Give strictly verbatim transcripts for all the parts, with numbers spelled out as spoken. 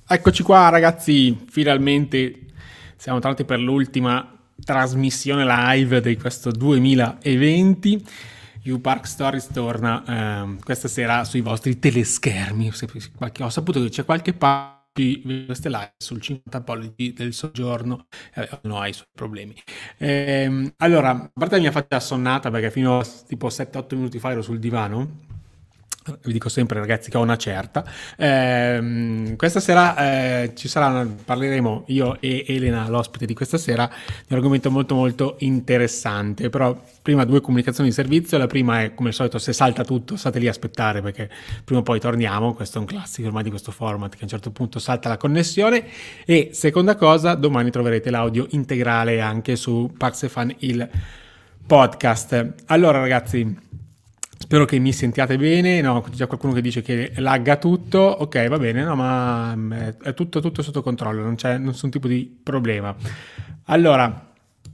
Eccoci qua ragazzi, finalmente siamo tornati per l'ultima trasmissione live di questo duemilaventi. U-Park Stories torna eh, questa sera sui vostri teleschermi. Se qualche, ho saputo che c'è qualche parte di queste live sul cinquanta pollici del soggiorno, eh, non ha i suoi problemi. Eh, allora, a parte la mia faccia assonnata perché fino a tipo sette otto minuti fa ero sul divano, vi dico sempre ragazzi che ho una certa. Eh, questa sera eh, ci sarà una, parleremo io e Elena, l'ospite di questa sera, di un argomento molto molto interessante. Però prima due comunicazioni di servizio. La prima è, come al solito, se salta tutto state lì a aspettare perché prima o poi torniamo. Questo è un classico ormai di questo format, che a un certo punto salta la connessione. E seconda cosa, domani troverete l'audio integrale anche su Parks and Fun, il podcast. Allora ragazzi, spero che mi sentiate bene. No, c'è già qualcuno che dice che lagga tutto. Ok, va bene, no, ma è tutto, tutto sotto controllo, non c'è nessun tipo di problema. Allora,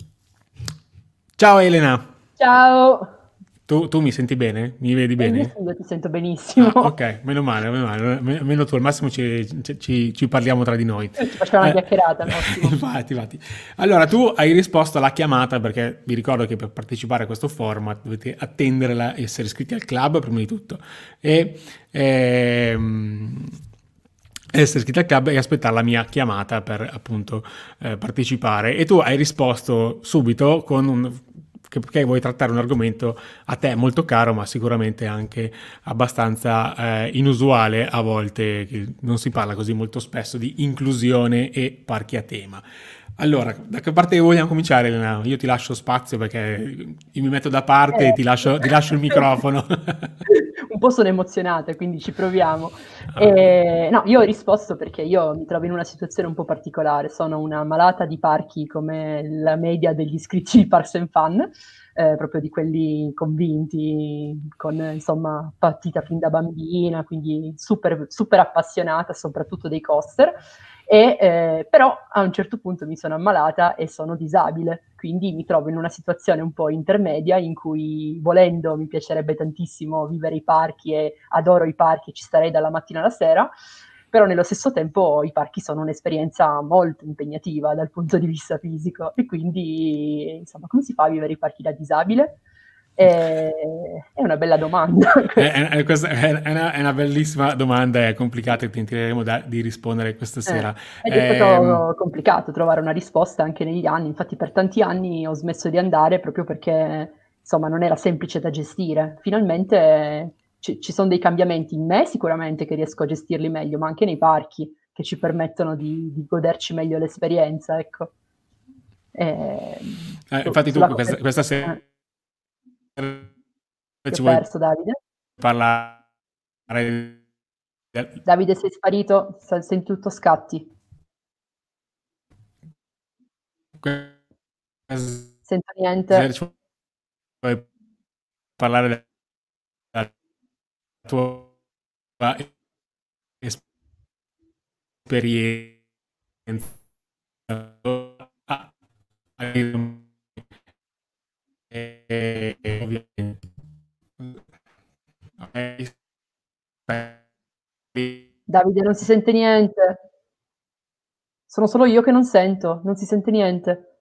ciao Elena. Ciao. Tu, tu mi senti bene? Mi vedi E io bene? sì, io ti sento benissimo. Ah, ok, meno male, meno male. Me- Meno tu, al massimo ci, ci- ci parliamo tra di noi. Ci facciamo una Eh, chiacchierata, ottimo. infatti, infatti. Allora, tu hai risposto alla chiamata perché vi ricordo che per partecipare a questo format dovete attenderla, essere iscritti al club prima di tutto e ehm, essere iscritti al club e aspettare la mia chiamata per appunto eh, partecipare. E tu hai risposto subito con un che, che vuoi trattare un argomento a te molto caro, ma sicuramente anche abbastanza eh, inusuale a volte, che non si parla così molto spesso di inclusione e parchi a tema. Allora, da che parte vogliamo cominciare, Elena? Io ti lascio spazio perché io mi metto da parte e ti Eh. lascio, ti lascio il microfono. Un po' sono emozionata, quindi ci proviamo. Ah, Eh, no, io ho risposto perché io mi trovo in una situazione un po' particolare. Sono una malata di parchi come la media degli iscritti di Parks and Fun, eh, proprio di quelli convinti, con insomma partita fin da bambina, quindi super, super appassionata, soprattutto dei coaster. E, eh, però a un certo punto mi sono ammalata e sono disabile, quindi mi trovo in una situazione un po' intermedia in cui, volendo, mi piacerebbe tantissimo vivere i parchi e adoro i parchi, ci starei dalla mattina alla sera, però nello stesso tempo i parchi sono un'esperienza molto impegnativa dal punto di vista fisico e quindi, insomma, come si fa a vivere i parchi da disabile? Eh, è una bella domanda È, questa. è- questa è una, è una bellissima domanda, è complicata e tenteremo da- di rispondere questa Eh, sera. ed è Ehm, stato complicato trovare una risposta anche negli anni, infatti per tanti anni ho smesso di andare proprio perché insomma non era semplice da gestire. Finalmente ci, ci sono dei cambiamenti in me sicuramente che riesco a gestirli meglio, ma anche nei parchi che ci permettono di, di goderci meglio l'esperienza, ecco. E, eh, su- infatti tu sulla questa, come... questa eh, sera ti ho ci vuoi perso, Davide? parlare del- Davide, sei sparito? Sei sei in tutto scatti. questa Sento niente. sera ci vuoi parlare della tua esperienza? Ah, eh, ovviamente. Davide, non si sente niente. Sono solo io che non sento, non si sente niente.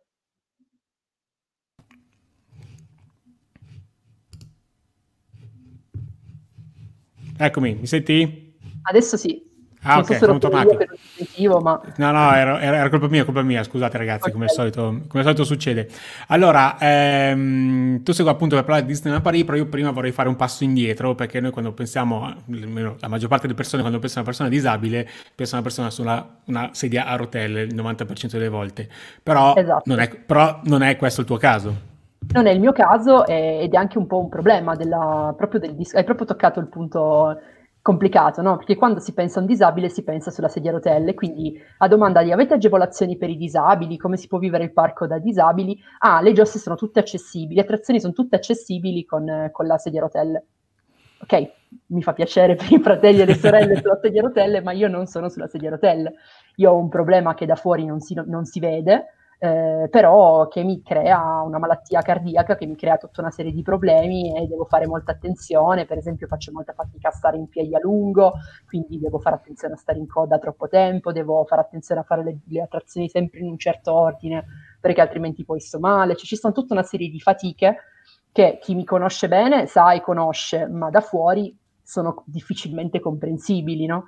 Eccomi, mi senti? Adesso sì. Ah, Non so ok, se ero siamo solo io tornati. che non ti sentivo, ma No, no, era, era- era colpa mia, colpa mia. Scusate, ragazzi, come al okay. solito, come al solito succede. Allora, ehm, tu sei qua appunto per parlare di Disneyland Paris, però io prima vorrei fare un passo indietro, perché noi quando pensiamo, almeno la maggior parte delle persone, quando pensano a una persona disabile, pensano a una persona sulla una sedia a rotelle il novanta per cento delle volte. Però non Esatto. è, però non è questo il tuo caso. Non è il mio caso, ehm, ed è anche un po' un problema della proprio del dis hai proprio toccato il punto complicato, no, perché quando si pensa a un disabile si pensa sulla sedia a rotelle, quindi a domanda di: "Avete agevolazioni per i disabili? Come si può vivere il parco da disabili?" "Ah, le giostre sono tutte accessibili, le attrazioni son tutte accessibili con con la sedia a rotelle." Okay, mi fa piacere per i fratelli e le sorelle sulla sedia a rotelle, ma io non sono sulla sedia a rotelle. Io ho un problema che da fuori non si non si vede, eh, però che mi crea una malattia cardiaca, che mi crea tutta una serie di problemi e devo fare molta attenzione. Per esempio faccio molta fatica a stare in piedi a lungo, quindi devo fare attenzione a stare in coda troppo tempo, devo fare attenzione a fare le, le trazioni sempre in un certo ordine, perché altrimenti poi sto male. Cioè, ci sono tutta una serie di fatiche che chi mi conosce bene sa e conosce, ma da fuori sono difficilmente comprensibili, no?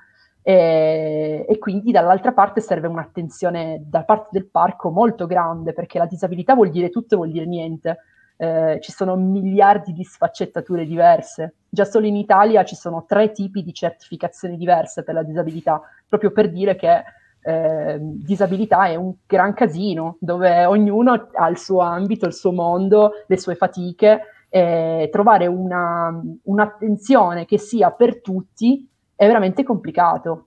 E, e quindi dall'altra parte serve un'attenzione da parte del parco molto grande, perché la disabilità vuol dire tutto e vuol dire niente. Eh, ci sono miliardi di sfaccettature diverse. Già solo in Italia ci sono tre tipi di certificazioni diverse per la disabilità, proprio per dire che eh, disabilità è un gran casino, dove ognuno ha il suo ambito, il suo mondo, le sue fatiche, e trovare una, un'attenzione che sia per tutti è veramente complicato.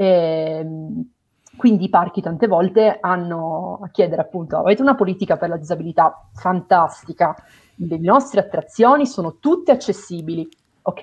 E, quindi i parchi tante volte hanno a chiedere appunto: avete una politica per la disabilità fantastica, le nostre attrazioni sono tutte accessibili, ok,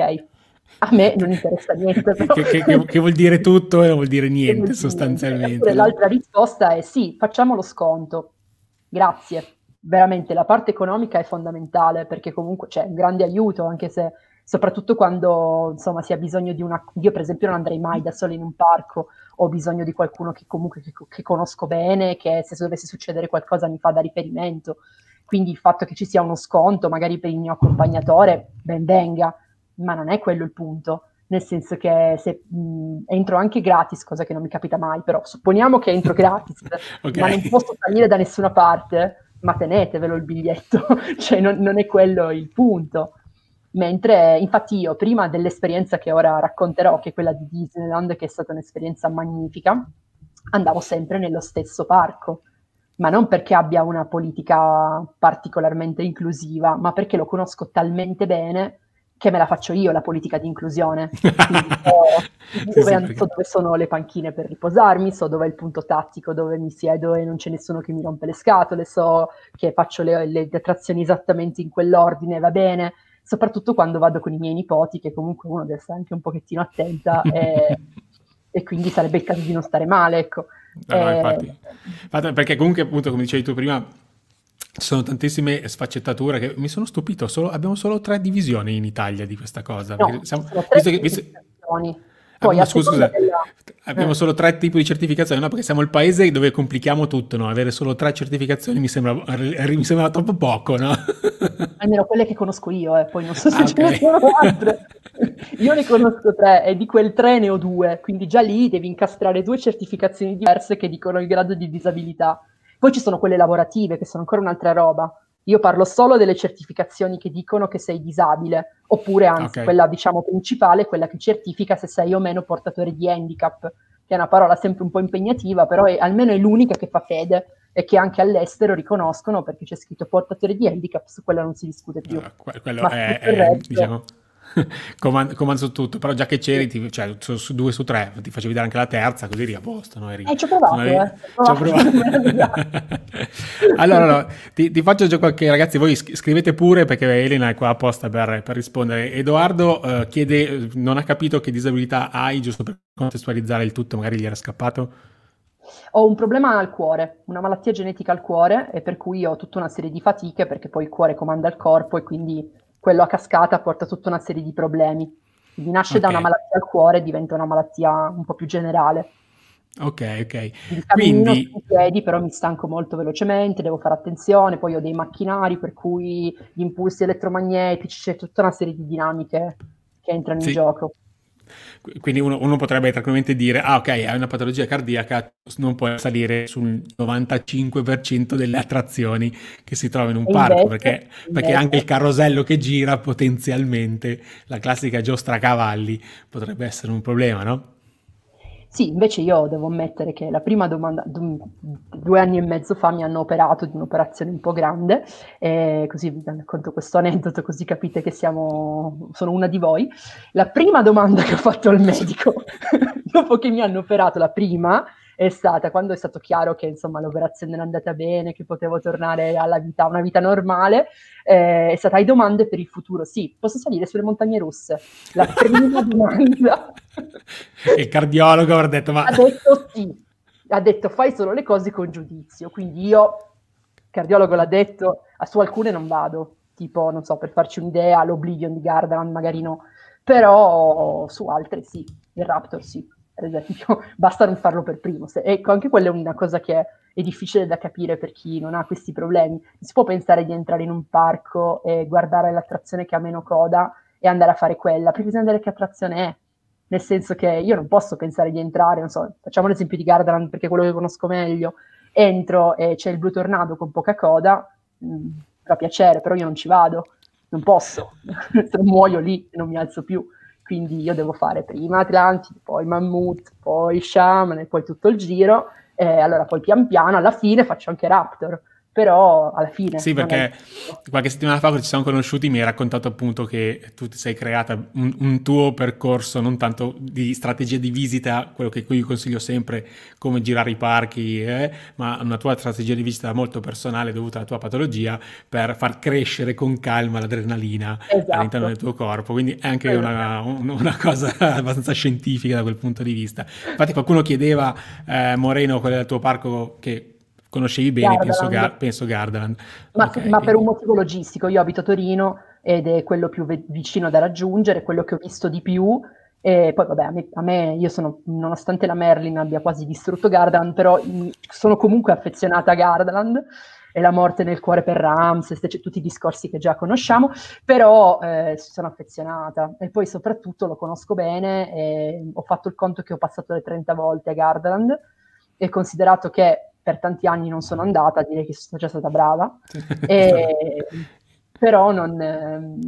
a me non interessa niente, però. che, che, che vuol dire tutto e non vuol dire niente, vuol dire sostanzialmente. Niente. No? L'altra risposta è sì, facciamo lo sconto, grazie, veramente la parte economica è fondamentale, perché comunque c'è un grande aiuto, anche se soprattutto quando insomma si ha bisogno di una... Io per esempio non andrei mai da sola in un parco, ho bisogno di qualcuno che comunque che, che conosco bene, che se dovesse succedere qualcosa mi fa da riferimento, quindi il fatto che ci sia uno sconto magari per il mio accompagnatore, ben venga, ma non è quello il punto, nel senso che se mh, entro anche gratis, cosa che non mi capita mai, però supponiamo che entro gratis, okay. Ma non posso salire da nessuna parte, ma tenetevelo il biglietto, cioè non, non è quello il punto. Mentre, infatti io, prima dell'esperienza che ora racconterò, che è quella di Disneyland, che è stata un'esperienza magnifica, andavo sempre nello stesso parco, ma non perché abbia una politica particolarmente inclusiva, ma perché lo conosco talmente bene che me la faccio io la politica di inclusione. Quindi so dove, sì, perché... so dove sono le panchine per riposarmi, so dove è il punto tattico dove mi siedo e non c'è nessuno che mi rompe le scatole, so che faccio le, le attrazioni esattamente in quell'ordine, va bene. Soprattutto quando vado con i miei nipoti, che comunque uno deve stare anche un pochettino attenta e, e quindi sarebbe il caso di non stare male, ecco. No, no, infatti. infatti, perché comunque appunto come dicevi tu prima ci sono tantissime sfaccettature che mi sono stupito, solo, abbiamo solo tre divisioni in Italia di questa cosa. No, siamo, sono tre visto che, visto, Poi, abbiamo, scusa, scusa della... abbiamo eh. solo tre tipi di certificazioni, no? Perché siamo il paese dove complichiamo tutto, no? Avere solo tre certificazioni mi sembra, mi sembra troppo poco, no? Almeno quelle che conosco io, eh. Poi non so se ah, ce okay. ne sono altre. Io ne conosco tre e di quel tre ne ho due, quindi già lì devi incastrare due certificazioni diverse che dicono il grado di disabilità. Poi ci sono quelle lavorative che sono ancora un'altra roba. Io parlo solo delle certificazioni che dicono che sei disabile, oppure anzi okay. quella diciamo principale, quella che certifica se sei o meno portatore di handicap, che è una parola sempre un po' impegnativa, però è, almeno è l'unica che fa fede e che anche all'estero riconoscono, perché c'è scritto portatore di handicap, su quella non si discute più. Uh, que- quello Ma è, è resto, diciamo... Comando, comando su tutto, però già che c'eri, ti, cioè su, su due su tre, ti facevi vedere anche la terza, così eri a posto, no? Eri, eh, ci ho provato, eri... eh. Ci ho provato. Allora, no, ti, ti faccio già qualche, ragazzi, voi scrivete pure perché Elena è qua apposta per, per rispondere. Edoardo uh, chiede, non ha capito che disabilità hai, giusto per contestualizzare il tutto, magari gli era scappato. Ho un problema al cuore, una malattia genetica al cuore, e per cui ho tutta una serie di fatiche, perché poi il cuore comanda il corpo e quindi quello a cascata porta tutta una serie di problemi. Quindi nasce okay. da una malattia al cuore e diventa una malattia un po' più generale. Ok, ok. Quindi quindi... sui piedi, però mi stanco molto velocemente, devo fare attenzione, poi ho dei macchinari per cui gli impulsi elettromagnetici, c'è tutta una serie di dinamiche che entrano sì. in gioco. Quindi uno, uno potrebbe tranquillamente dire, ah ok, hai una patologia cardiaca, non puoi salire sul novantacinque per cento delle attrazioni che si trovano in un e parco, invece, perché, invece. perché anche il carosello che gira potenzialmente, la classica giostra a cavalli, potrebbe essere un problema, no? Sì, invece io devo ammettere che la prima domanda, due anni e mezzo fa mi hanno operato di un'operazione un po' grande, e così vi racconto questo aneddoto così capite che siamo, sono una di voi. La prima domanda che ho fatto al medico, dopo che mi hanno operato, la prima, è stata, quando è stato chiaro che insomma l'operazione era andata bene, che potevo tornare alla vita, a una vita normale, eh, è stata: hai domande per il futuro? Sì, posso salire sulle montagne russe? La prima domanda. Il cardiologo avrà detto ma... Ha detto sì, ha detto fai solo le cose con giudizio, quindi io cardiologo l'ha detto, su alcune non vado, tipo, non so, per farci un'idea, l'Oblivion di Gardaland magari no, però su altre sì, il Raptor sì, per esempio, basta non farlo per primo. Se, ecco, anche quella è una cosa che è, è difficile da capire per chi non ha questi problemi. Si può pensare di entrare in un parco e guardare l'attrazione che ha meno coda e andare a fare quella, perché bisogna vedere che attrazione è. Nel senso che io non posso pensare di entrare, non so, facciamo l'esempio di Gardaland perché è quello che conosco meglio, entro e c'è il Blue Tornado con poca coda, mh, fa piacere, però io non ci vado, non posso, se non muoio lì e non mi alzo più, quindi io devo fare prima Atlantide, poi Mammut, poi Shaman e poi tutto il giro, e allora poi pian piano alla fine faccio anche Raptor, però alla fine... Sì, perché qualche settimana fa quando ci siamo conosciuti mi hai raccontato appunto che tu ti sei creata un, un tuo percorso, non tanto di strategia di visita, quello che io consiglio sempre, come girare i parchi, eh, ma una tua strategia di visita molto personale dovuta alla tua patologia per far crescere con calma l'adrenalina Esatto. all'interno del tuo corpo. Quindi è anche una, una cosa abbastanza scientifica da quel punto di vista. Infatti qualcuno chiedeva, eh, Moreno, qual è il tuo parco che... conoscevi bene, penso, Gar- penso Gardaland. Ma, Okay, ma quindi... per un motivo logistico, io abito a Torino ed è quello più ve- vicino da raggiungere, quello che ho visto di più, e poi vabbè, a me, a me io sono, nonostante la Merlin abbia quasi distrutto Gardaland, però mh, sono comunque affezionata a Gardaland, e la morte nel cuore per Ramses, c'è tutti i discorsi che già conosciamo, però eh, sono affezionata, e poi soprattutto lo conosco bene, e ho fatto il conto che ho passato le trenta volte a Gardaland, e considerato che per tanti anni non sono andata, direi che sono già stata brava, e, però non, ehm,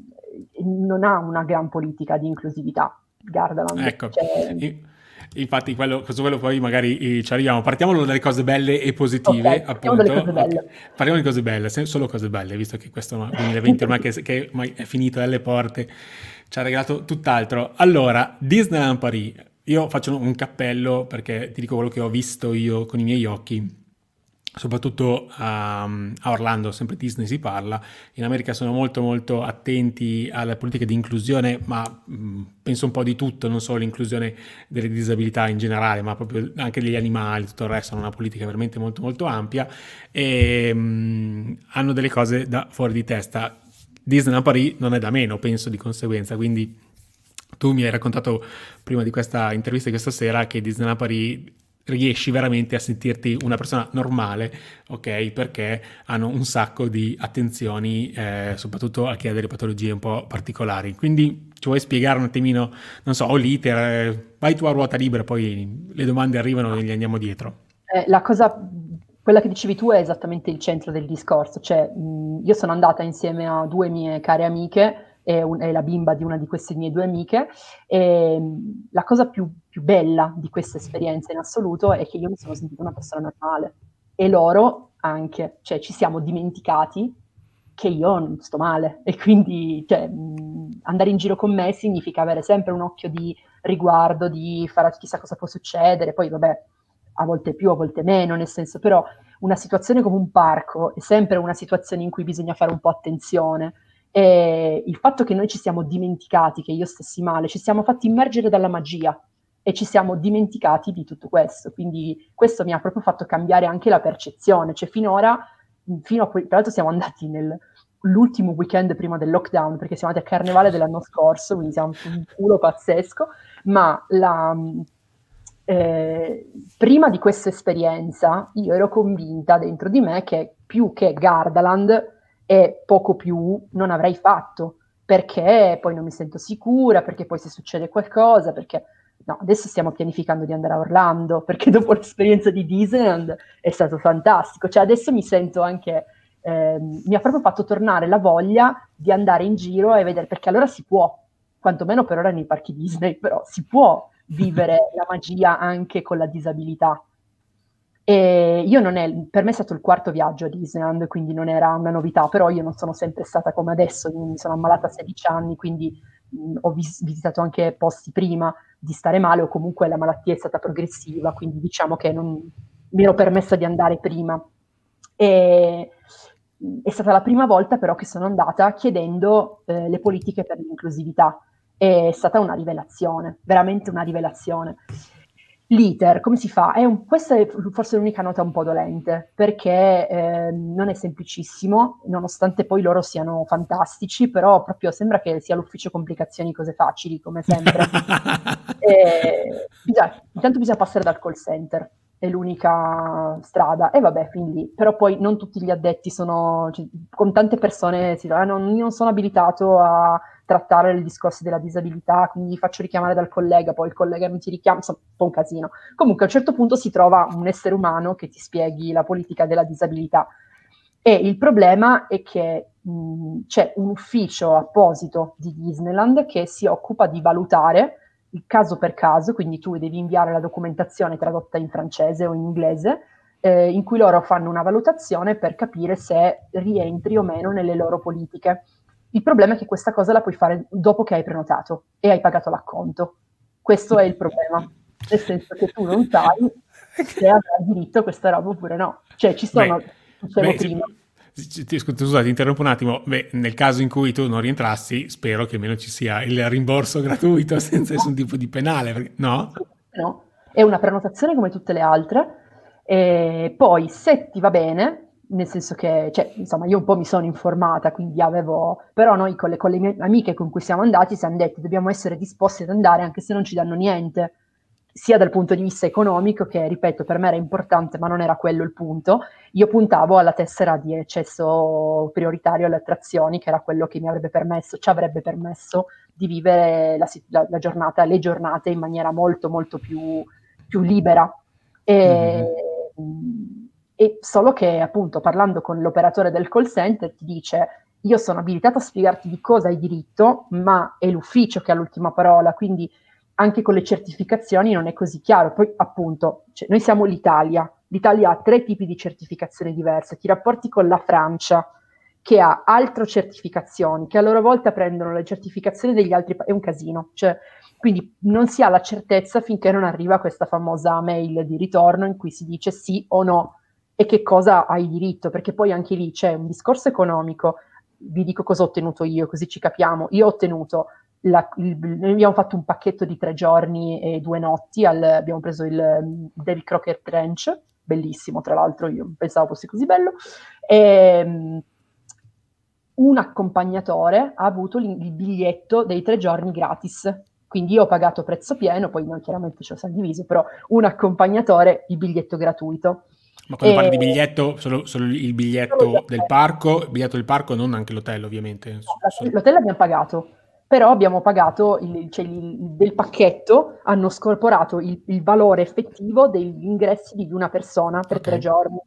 non ha una gran politica di inclusività, Gardaland. Ecco, Cioè... infatti quello, su quello poi magari ci arriviamo. Partiamo dalle cose belle e positive, Ok, partiamo appunto. dalle cose belle. Okay. Parliamo di cose belle, solo cose belle, visto che questo duemilaventi ormai che, che ormai è finito dalle porte, ci ha regalato tutt'altro. Allora, Disneyland Paris. Io faccio un cappello perché ti dico quello che ho visto io con i miei occhi, soprattutto a, a Orlando, sempre Disney si parla. In America sono molto molto attenti alle politiche di inclusione, ma mh, penso un po' di tutto, non solo l'inclusione delle disabilità in generale, ma proprio anche degli animali, tutto il resto. Hanno una politica veramente molto molto ampia e mh, hanno delle cose da fuori di testa. Disneyland Paris non è da meno, penso, di conseguenza, quindi tu mi hai raccontato prima di questa intervista di questa sera che Disneyland Paris riesci veramente a sentirti una persona normale, ok? Perché hanno un sacco di attenzioni, eh, soprattutto a chi ha delle patologie un po' particolari. Quindi ci vuoi spiegare un attimino, non so, o l'iter, eh, vai tu a ruota libera, poi le domande arrivano e gli andiamo dietro. Eh, la cosa, quella che dicevi tu è esattamente il centro del discorso, cioè mh, io sono andata insieme a due mie care amiche, e, un, e la bimba di una di queste mie due amiche, e mh, la cosa più, più bella di questa esperienza in assoluto è che io mi sono sentita una persona normale, e loro anche, cioè ci siamo dimenticati che io non sto male, e quindi cioè, mh, andare in giro con me significa avere sempre un occhio di riguardo, di fare chissà cosa può succedere, poi vabbè, a volte più, a volte meno, nel senso, però una situazione come un parco è sempre una situazione in cui bisogna fare un po' attenzione, e il fatto che noi ci siamo dimenticati che io stessi male, ci siamo fatti immergere dalla magia e ci siamo dimenticati di tutto questo, quindi questo mi ha proprio fatto cambiare anche la percezione, cioè finora, fino a poi, tra l'altro siamo andati nell'ultimo weekend prima del lockdown, perché siamo andati a Carnevale dell'anno scorso, quindi siamo un culo pazzesco, ma la... Eh, prima di questa esperienza io ero convinta dentro di me che più che Gardaland e poco più non avrei fatto, perché poi non mi sento sicura, perché poi se succede qualcosa, perché no, adesso stiamo pianificando di andare a Orlando, perché dopo l'esperienza di Disneyland è stato fantastico, cioè adesso mi sento anche, eh, mi ha proprio fatto tornare la voglia di andare in giro e vedere, perché allora si può, quantomeno per ora nei parchi Disney, però si può vivere la magia anche con la disabilità. E io non è, per me è stato il quarto viaggio a Disneyland, quindi non era una novità, però io non sono sempre stata come adesso, mi sono ammalata a sedici anni, quindi mh, ho vis- visitato anche posti prima di stare male, o comunque la malattia è stata progressiva, quindi diciamo che non mi ero permessa di andare prima. E è stata la prima volta però che sono andata chiedendo eh, le politiche per l'inclusività. È stata una rivelazione, veramente una rivelazione. L'iter, come si fa? È un, questa è forse l'unica nota un po' dolente, perché eh, non è semplicissimo, nonostante poi loro siano fantastici, però proprio sembra che sia l'ufficio complicazioni cose facili, come sempre. E, bisogna, intanto bisogna passare dal call center, è l'unica strada, e vabbè, fin lì. Però poi non tutti gli addetti sono, cioè, con tante persone si dice, ah, non, io non sono abilitato a trattare il discorso della disabilità, quindi faccio richiamare dal collega, poi il collega non ti richiama, insomma, un po' un casino. Comunque a un certo punto si trova un essere umano che ti spieghi la politica della disabilità. E il problema è che mh, c'è un ufficio apposito di Disneyland che si occupa di valutare il caso per caso, quindi tu devi inviare la documentazione tradotta in francese o in inglese, eh, in cui loro fanno una valutazione per capire se rientri o meno nelle loro politiche. Il problema è che questa cosa la puoi fare dopo che hai prenotato e hai pagato l'acconto. Questo è il problema, nel senso che tu non sai se avrai diritto a questa roba oppure no. Cioè ci sono, Beh, dicevo beh, prima, ti- scusa, ti interrompo un attimo. Beh, nel caso in cui tu non rientrassi, spero che almeno ci sia il rimborso gratuito senza nessun tipo di penale, perché- no? no? È una prenotazione come tutte le altre, e poi se ti va bene, nel senso che, cioè, insomma, io un po' mi sono informata, quindi avevo, però noi con le, con le mie amiche con cui siamo andati siamo detti dobbiamo essere disposti ad andare anche se non ci danno niente, sia dal punto di vista economico, che ripeto per me era importante ma non era quello il punto. Io puntavo alla tessera di accesso prioritario alle attrazioni, che era quello che mi avrebbe permesso, ci avrebbe permesso di vivere la, la, la giornata, le giornate in maniera molto molto più, più libera. E, mm-hmm. E solo che appunto parlando con l'operatore del call center ti dice io sono abilitato a spiegarti di cosa hai diritto, ma è l'ufficio che ha l'ultima parola, quindi anche con le certificazioni non è così chiaro. Poi appunto, cioè, noi siamo l'Italia, l'Italia ha tre tipi di certificazioni diverse, ti rapporti con la Francia che ha altre certificazioni, che a loro volta prendono le certificazioni degli altri paesi, è un casino, cioè, quindi non si ha la certezza finché non arriva questa famosa mail di ritorno in cui si dice sì o no e che cosa hai diritto, perché poi anche lì c'è un discorso economico. Vi dico cosa ho ottenuto io, così ci capiamo. Io ho ottenuto La, il, noi abbiamo fatto un pacchetto di tre giorni e due notti, al, abbiamo preso il um, Davy Crockett Ranch, bellissimo tra l'altro, io non pensavo fosse così bello, e um, un accompagnatore ha avuto il, il biglietto dei tre giorni gratis, quindi io ho pagato prezzo pieno, poi noi chiaramente ce lo siamo diviso, però un accompagnatore il biglietto gratuito. Ma quando e, parli di biglietto, solo, solo il biglietto del parco, il biglietto del parco, non anche l'hotel ovviamente. No, Solo... l'hotel abbiamo pagato, però abbiamo pagato il, cioè il, del pacchetto, hanno scorporato il, il valore effettivo degli ingressi di una persona per okay. tre giorni,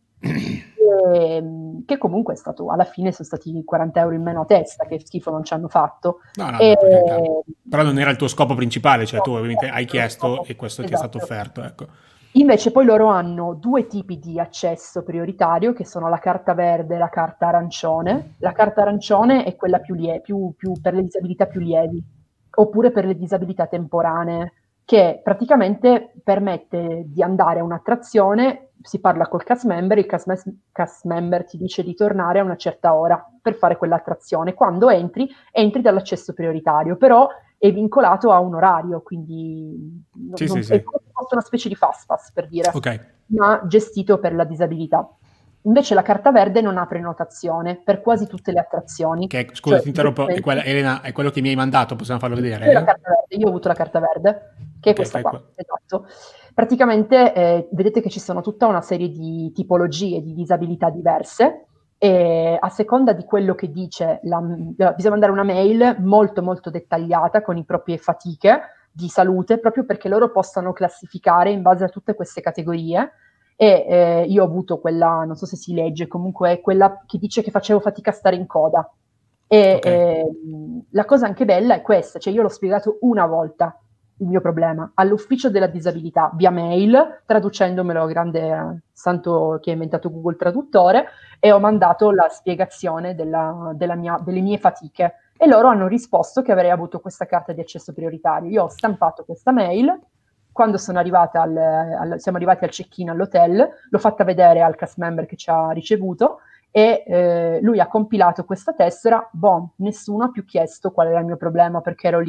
e, che comunque è stato, alla fine sono stati quaranta euro in meno a testa, che schifo non ci hanno fatto. No, no, e, no, però non era il tuo scopo principale, cioè no, tu ovviamente hai chiesto scopo, e questo esatto. ti è stato offerto, ecco. Invece poi loro hanno due tipi di accesso prioritario, che sono la carta verde e la carta arancione. La carta arancione è quella più, lie- più, più per le disabilità più lievi, oppure per le disabilità temporanee, che praticamente permette di andare a un'attrazione, si parla col cast member, il cast, mes- cast member ti dice di tornare a una certa ora per fare quell'attrazione. Quando entri, entri dall'accesso prioritario, però è vincolato a un orario, quindi sì, non, sì, è sì. una specie di fast pass, per dire, okay. ma gestito per la disabilità. Invece la carta verde non ha prenotazione per quasi tutte le attrazioni. Che, scusa, cioè, ti interrompo, è quella, Elena, è quello che mi hai mandato, possiamo farlo vedere? La carta verde. Io ho avuto la carta verde, che è okay, questa qua, qua, esatto. Praticamente eh, vedete che ci sono tutta una serie di tipologie di disabilità diverse, e a seconda di quello che dice, la, bisogna mandare una mail molto molto dettagliata con le proprie fatiche di salute, proprio perché loro possano classificare in base a tutte queste categorie. E eh, io ho avuto quella, non so se si legge, comunque quella che dice che facevo fatica a stare in coda. E okay. eh, la cosa anche bella è questa, cioè io l'ho spiegato una volta il mio problema all'ufficio della disabilità via mail, traducendomelo, grande santo che ha inventato Google Traduttore, e ho mandato la spiegazione della, della mia, delle mie fatiche, e loro hanno risposto che avrei avuto questa carta di accesso prioritario. Io ho stampato questa mail, quando sono arrivata al, al, siamo arrivati al check-in all'hotel, l'ho fatta vedere al cast member che ci ha ricevuto, e eh, lui ha compilato questa tessera. Boh, nessuno ha più chiesto qual era il mio problema, perché ero lì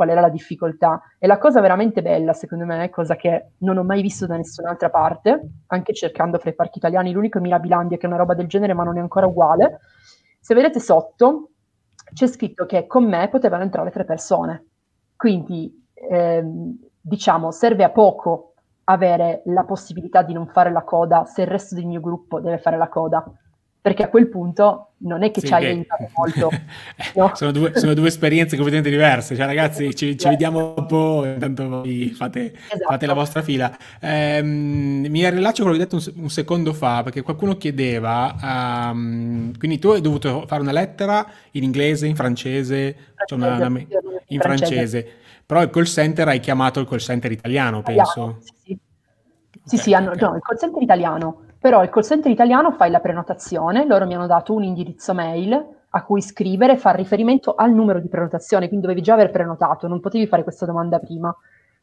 qual era la difficoltà. E la cosa veramente bella, secondo me, cosa che non ho mai visto da nessun'altra parte, anche cercando fra i parchi italiani, l'unico è Mirabilandia, che è una roba del genere, ma non è ancora uguale. Se vedete sotto, c'è scritto che con me potevano entrare tre persone. Quindi, ehm, diciamo, serve a poco avere la possibilità di non fare la coda se il resto del mio gruppo deve fare la coda, perché a quel punto non è che Sì, ci hai che... aiutato molto, no? sono, due, sono due esperienze completamente diverse. Cioè, ragazzi, ci, ci vediamo un po', intanto voi fate, fate la Esatto. vostra fila. Ehm, mi rilaccio quello che hai detto un, se- un secondo fa, perché qualcuno chiedeva, ehm, quindi tu hai dovuto fare una lettera in inglese, in francese, cioè una, Francese, una me- sì, io non- in in francese. francese, però il call center hai chiamato il call center italiano, Italiano, penso. sì, sì. Sì, Ok, sì, ok, hanno, ok. no, il call center italiano, però il call center italiano fai la prenotazione, loro mi hanno dato un indirizzo mail a cui scrivere, far riferimento al numero di prenotazione, quindi dovevi già aver prenotato, non potevi fare questa domanda prima.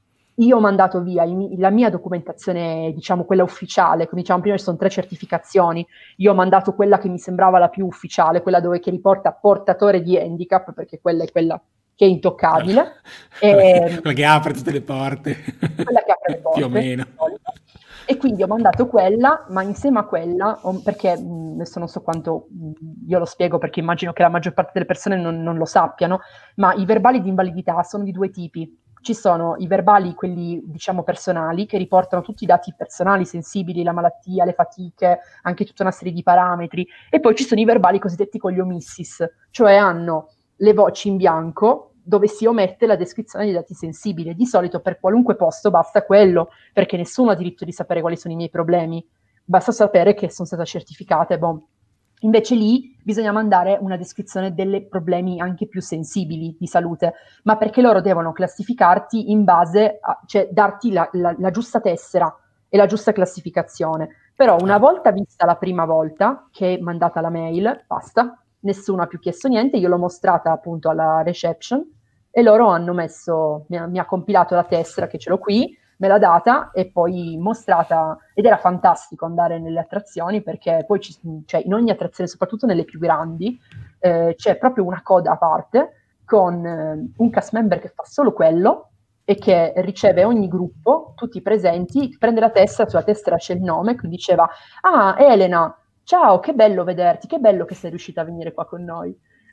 Io ho mandato via i mi- la mia documentazione, diciamo quella ufficiale, come diciamo prima ci sono tre certificazioni, io ho mandato quella che mi sembrava la più ufficiale, quella dove che riporta portatore di handicap, perché quella è quella che è Quella, intoccabile, quella che, e, quella che apre tutte le porte, quella che apre le più o porte, meno. di solito. E quindi ho mandato quella, ma insieme a quella, ho- perché mh, adesso non so quanto, mh, io lo spiego perché immagino che la maggior parte delle persone non, non lo sappiano, ma i verbali di invalidità sono di due tipi. Ci sono i verbali, quelli diciamo personali, che riportano tutti i dati personali sensibili, la malattia, le fatiche, anche tutta una serie di parametri, e poi ci sono i verbali cosiddetti con gli omissis, cioè hanno le voci in bianco dove si omette la descrizione dei dati sensibili. Di solito per qualunque posto basta quello, perché nessuno ha diritto di sapere quali sono i miei problemi, basta sapere che sono stata certificata e boh. Invece lì bisogna mandare una descrizione dei problemi anche più sensibili di salute, ma perché loro devono classificarti in base a, cioè darti la, la, la giusta tessera e la giusta classificazione. Però una Certo. volta vista la prima volta, che è mandata la mail, basta, nessuno ha più chiesto niente, io l'ho mostrata appunto alla reception e loro hanno messo, mi ha, mi ha compilato la tessera che ce l'ho qui, me l'ha data e poi mostrata, ed era fantastico andare nelle attrazioni perché poi ci, cioè, in ogni attrazione, soprattutto nelle più grandi, eh, c'è proprio una coda a parte con eh, un cast member che fa solo quello e che riceve ogni gruppo, tutti i presenti, prende la tessera, sulla tessera c'è il nome, quindi diceva, ah Elena, ciao, che bello vederti, che bello che sei riuscita a venire qua con noi.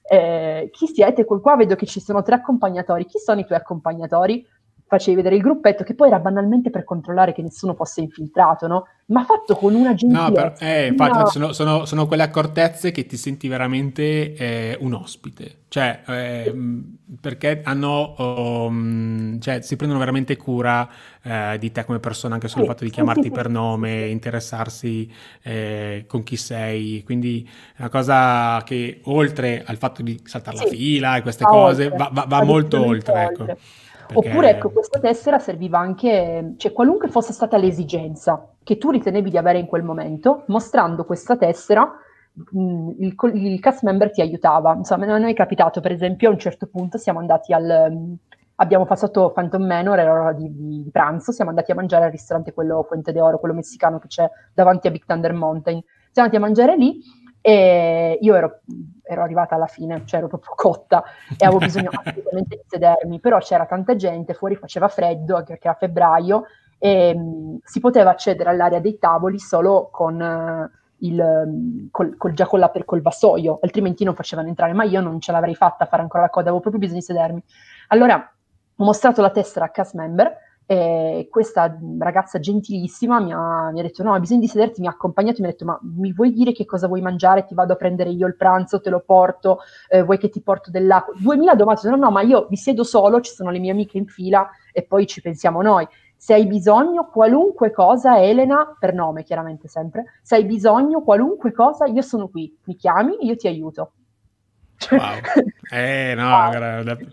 Eh, chi siete? Qua vedo che ci sono tre accompagnatori. Chi sono i tuoi accompagnatori? Facevi vedere il gruppetto, che poi era banalmente per controllare che nessuno fosse infiltrato, no? Ma fatto con una No, però, gentilezza, eh, infatti, una... infatti sono, sono- sono quelle accortezze che ti senti veramente eh, un ospite, cioè ehm, perché hanno, oh, mm, cioè, si prendono veramente cura eh, di te come persona, anche solo il Sì, fatto di sì, sì, chiamarti sì, per sì, sì, nome, sì. interessarsi eh, con chi sei, quindi è una cosa che oltre al fatto di saltare la Sì, fila e queste va cose, oltre, va, va- va va molto decisamente oltre, ecco, oltre. Oppure, ecco, perché... questa tessera serviva anche, cioè qualunque fosse stata l'esigenza che tu ritenevi di avere in quel momento, mostrando questa tessera, mh, il, col- il cast member ti aiutava. Insomma, a noi è capitato, per esempio, a un certo punto siamo andati al... mh, abbiamo passato Phantom Manor, era ora di, di- di pranzo, siamo andati a mangiare al ristorante quello Fuente de Oro, quello messicano che c'è davanti a Big Thunder Mountain. Siamo andati a mangiare lì e io ero, ero arrivata alla fine, cioè ero proprio cotta e avevo bisogno assolutamente di sedermi, però c'era tanta gente, fuori faceva freddo, anche perché era febbraio, e mh, si poteva accedere all'area dei tavoli solo con eh, il, mh, col, col, già con la, col vassoio, altrimenti non facevano entrare, ma io non ce l'avrei fatta a fare ancora la coda, avevo proprio bisogno di sedermi. Allora ho mostrato la tessera a cast member e questa ragazza gentilissima mi ha, mi ha detto: no, hai bisogno di sederti, mi ha accompagnato e mi ha detto: ma mi vuoi dire che cosa vuoi mangiare? Ti vado a prendere io il pranzo, te lo porto, eh, vuoi che ti porto dell'acqua? Duemila domande. No, no, ma io mi siedo solo, ci sono le mie amiche in fila e poi ci pensiamo noi. Se hai bisogno, qualunque cosa, Elena, per nome chiaramente sempre, se hai bisogno, qualunque cosa, io sono qui, mi chiami, io ti aiuto. Wow. Eh, no, Wow. guarda, da,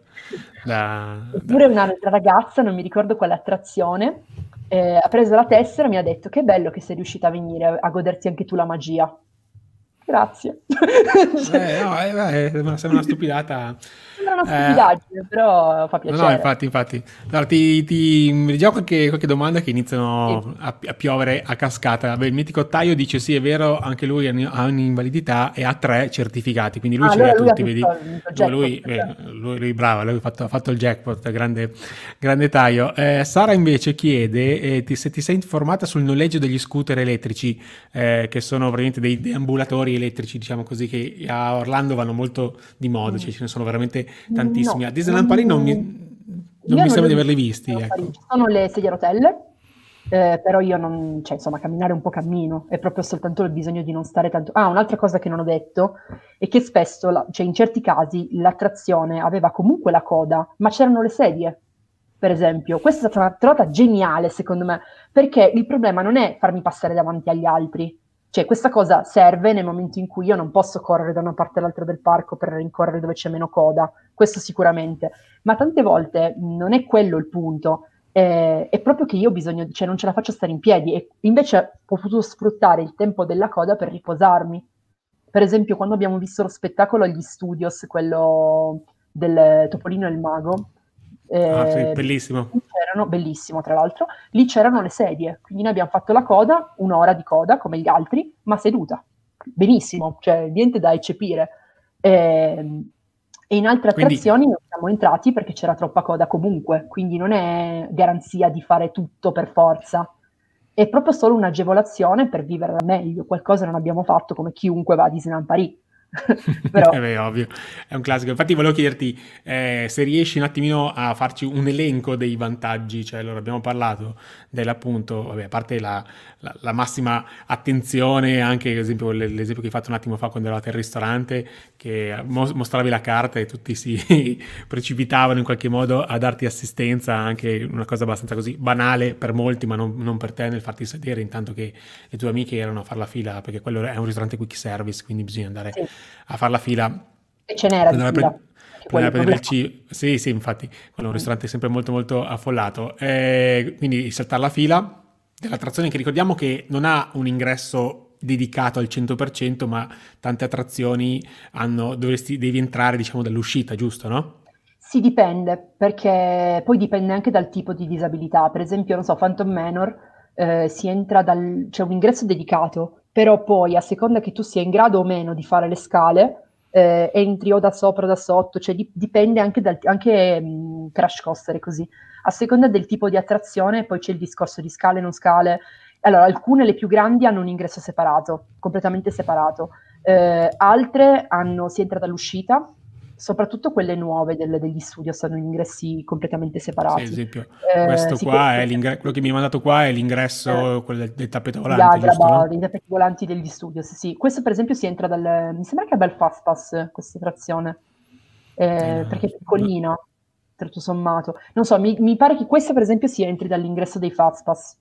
da- Oppure da- un'altra ragazza, non mi ricordo quale attrazione, eh, ha preso la tessera e mi ha detto: che bello che sei riuscita a venire a goderti anche tu la magia. Grazie. Eh, no, eh, beh, sembra sembra una stupidata. Sembra una Eh, stupidaggine, però fa no, no, piacere. infatti, infatti. Allora, ti, ti leggiamo qualche, qualche domanda che Sì. iniziano a, a piovere a cascata. Beh, il mitico Taio dice sì, è vero, anche lui ha un- ha un'invalidità e ha tre certificati, quindi lui Ah, ce li allora ha lui ha tutti, vinto, vedi? ha vinto il Lui, jackpot. lui, eh, lui, lui bravo, lui ha fatto, ha fatto il jackpot, grande, grande Taio. Eh, Sara invece chiede eh, ti- se ti sei informata sul noleggio degli scooter elettrici, eh, che sono praticamente dei deambulatori elettrici, diciamo così, che a Orlando vanno molto di moda, cioè Mm. ce ne sono veramente tantissimi. No, A Disneyland Paris non non- mi, non io mi non li sembra ho di visti averli a visti, Parigi. ecco. Ci sono le sedie a rotelle, eh, però io non, cioè insomma, camminare un po' cammino, è proprio soltanto il bisogno di non stare tanto. Ah, un'altra cosa che non ho detto è che spesso, la- cioè in certi casi, l'attrazione aveva comunque la coda, ma c'erano le sedie, per esempio. Questa è stata una trovata geniale, secondo me, perché il problema non è farmi passare davanti agli altri. Cioè, questa cosa serve nel momento in cui io non posso correre da una parte all'altra del parco per rincorrere dove c'è meno coda, questo sicuramente, ma tante volte non è quello il punto, eh, è proprio che io ho bisogno, cioè non ce la faccio stare in piedi e invece ho potuto sfruttare il tempo della coda per riposarmi. Per esempio, quando abbiamo visto lo spettacolo agli studios, quello del Topolino e il Mago, Ah, sì, eh, bellissimo. lì c'erano, bellissimo tra l'altro, lì c'erano le sedie, quindi noi abbiamo fatto la coda, un'ora di coda come gli altri, ma seduta. Benissimo, cioè niente da eccepire. E, e in altre Quindi, attrazioni non siamo entrati perché c'era troppa coda comunque, quindi non è garanzia di fare tutto per forza. È proprio solo un'agevolazione per vivere meglio, qualcosa non abbiamo fatto come chiunque va a Disneyland Paris. Però eh beh, ovvio, è un classico. Infatti volevo chiederti eh, se riesci un attimino a farci un elenco dei vantaggi, cioè allora abbiamo parlato dell'appunto, vabbè, a parte la, la- la massima attenzione, anche ad esempio l- l'esempio che hai fatto un attimo fa quando eravate al ristorante, che mos- mostravi la carta e tutti si precipitavano in qualche modo a darti assistenza, anche una cosa abbastanza così banale per molti, ma non, non per te, nel farti sedere intanto che le tue amiche erano a fare la fila, perché quello è un ristorante quick service, quindi bisogna andare sì, a fare la fila e ce n'era per di andare a, fila, pre- anche per andare quello a è il prendere il problema. cibo. Sì, sì, infatti, quello è un Mm. ristorante sempre molto molto affollato. Eh, quindi saltare la fila dell'attrazione che ricordiamo che non ha un ingresso dedicato al cento per cento, ma tante attrazioni hanno, dovresti, devi entrare diciamo dall'uscita, giusto, no? Sì, dipende, perché poi dipende anche dal tipo di disabilità. Per esempio, non so, Phantom Manor, eh, si entra dal, c'è un ingresso dedicato, però poi a seconda che tu sia in grado o meno di fare le scale, eh, entri o da sopra o da sotto, cioè di- dipende anche dal, anche mh, Crash Coaster è così. A seconda del tipo di attrazione, poi c'è il discorso di scale, non scale. Allora, alcune, le più grandi, hanno un ingresso separato, completamente separato. Eh, altre hanno, si entra dall'uscita, soprattutto quelle nuove del- degli studios hanno ingressi completamente Sì, ad separati. esempio, Eh, questo sì, quello qua è che- l'ingresso, quello che mi hai mandato qua è eh, l'ingresso, quello del, del tappeto gli volante, giusto, Agrabah, no? dei tappeti volanti degli studios, sì. Questo per esempio si entra dal... Mi sembra che abbia il Fastpass, questa trazione, Eh, eh, no, perché è no. piccolina, tutto sommato. Non so, mi, mi pare che questa per esempio si entri dall'ingresso dei Fastpass.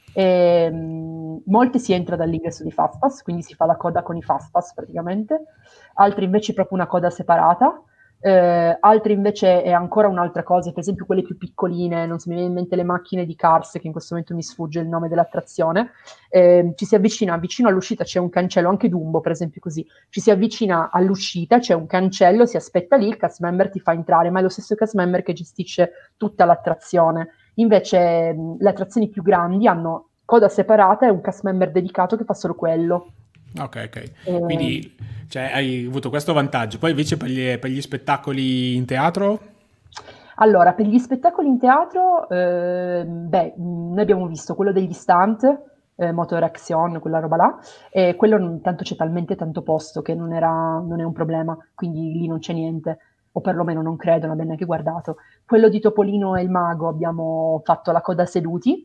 E, mh, molte si entra dall'ingresso dei Fastpass, quindi si fa la coda con i Fastpass praticamente, altri invece proprio una coda separata, eh, altri invece è ancora un'altra cosa, per esempio quelle più piccoline, non so, mi viene in mente le macchine di Cars, che in questo momento mi sfugge il nome dell'attrazione, eh, ci si avvicina, vicino all'uscita c'è un cancello, anche Dumbo per esempio così, ci si avvicina all'uscita, c'è un cancello, si aspetta lì, il cast member ti fa entrare, ma è lo stesso cast member che gestisce tutta l'attrazione. Invece mh, le attrazioni più grandi hanno coda separata e un cast member dedicato che fa solo quello. Ok, ok. Eh, Quindi cioè, hai avuto questo vantaggio. Poi invece per gli, per gli spettacoli in teatro? allora, per gli spettacoli in teatro, eh, beh, mh, noi abbiamo visto quello degli stunt, eh, Motor Action, quella roba là, e quello non, tanto c'è talmente tanto posto che non era, non è un problema, quindi lì non c'è niente, o perlomeno non credo, non abbiamo neanche guardato. Quello di Topolino e il Mago abbiamo fatto la coda seduti,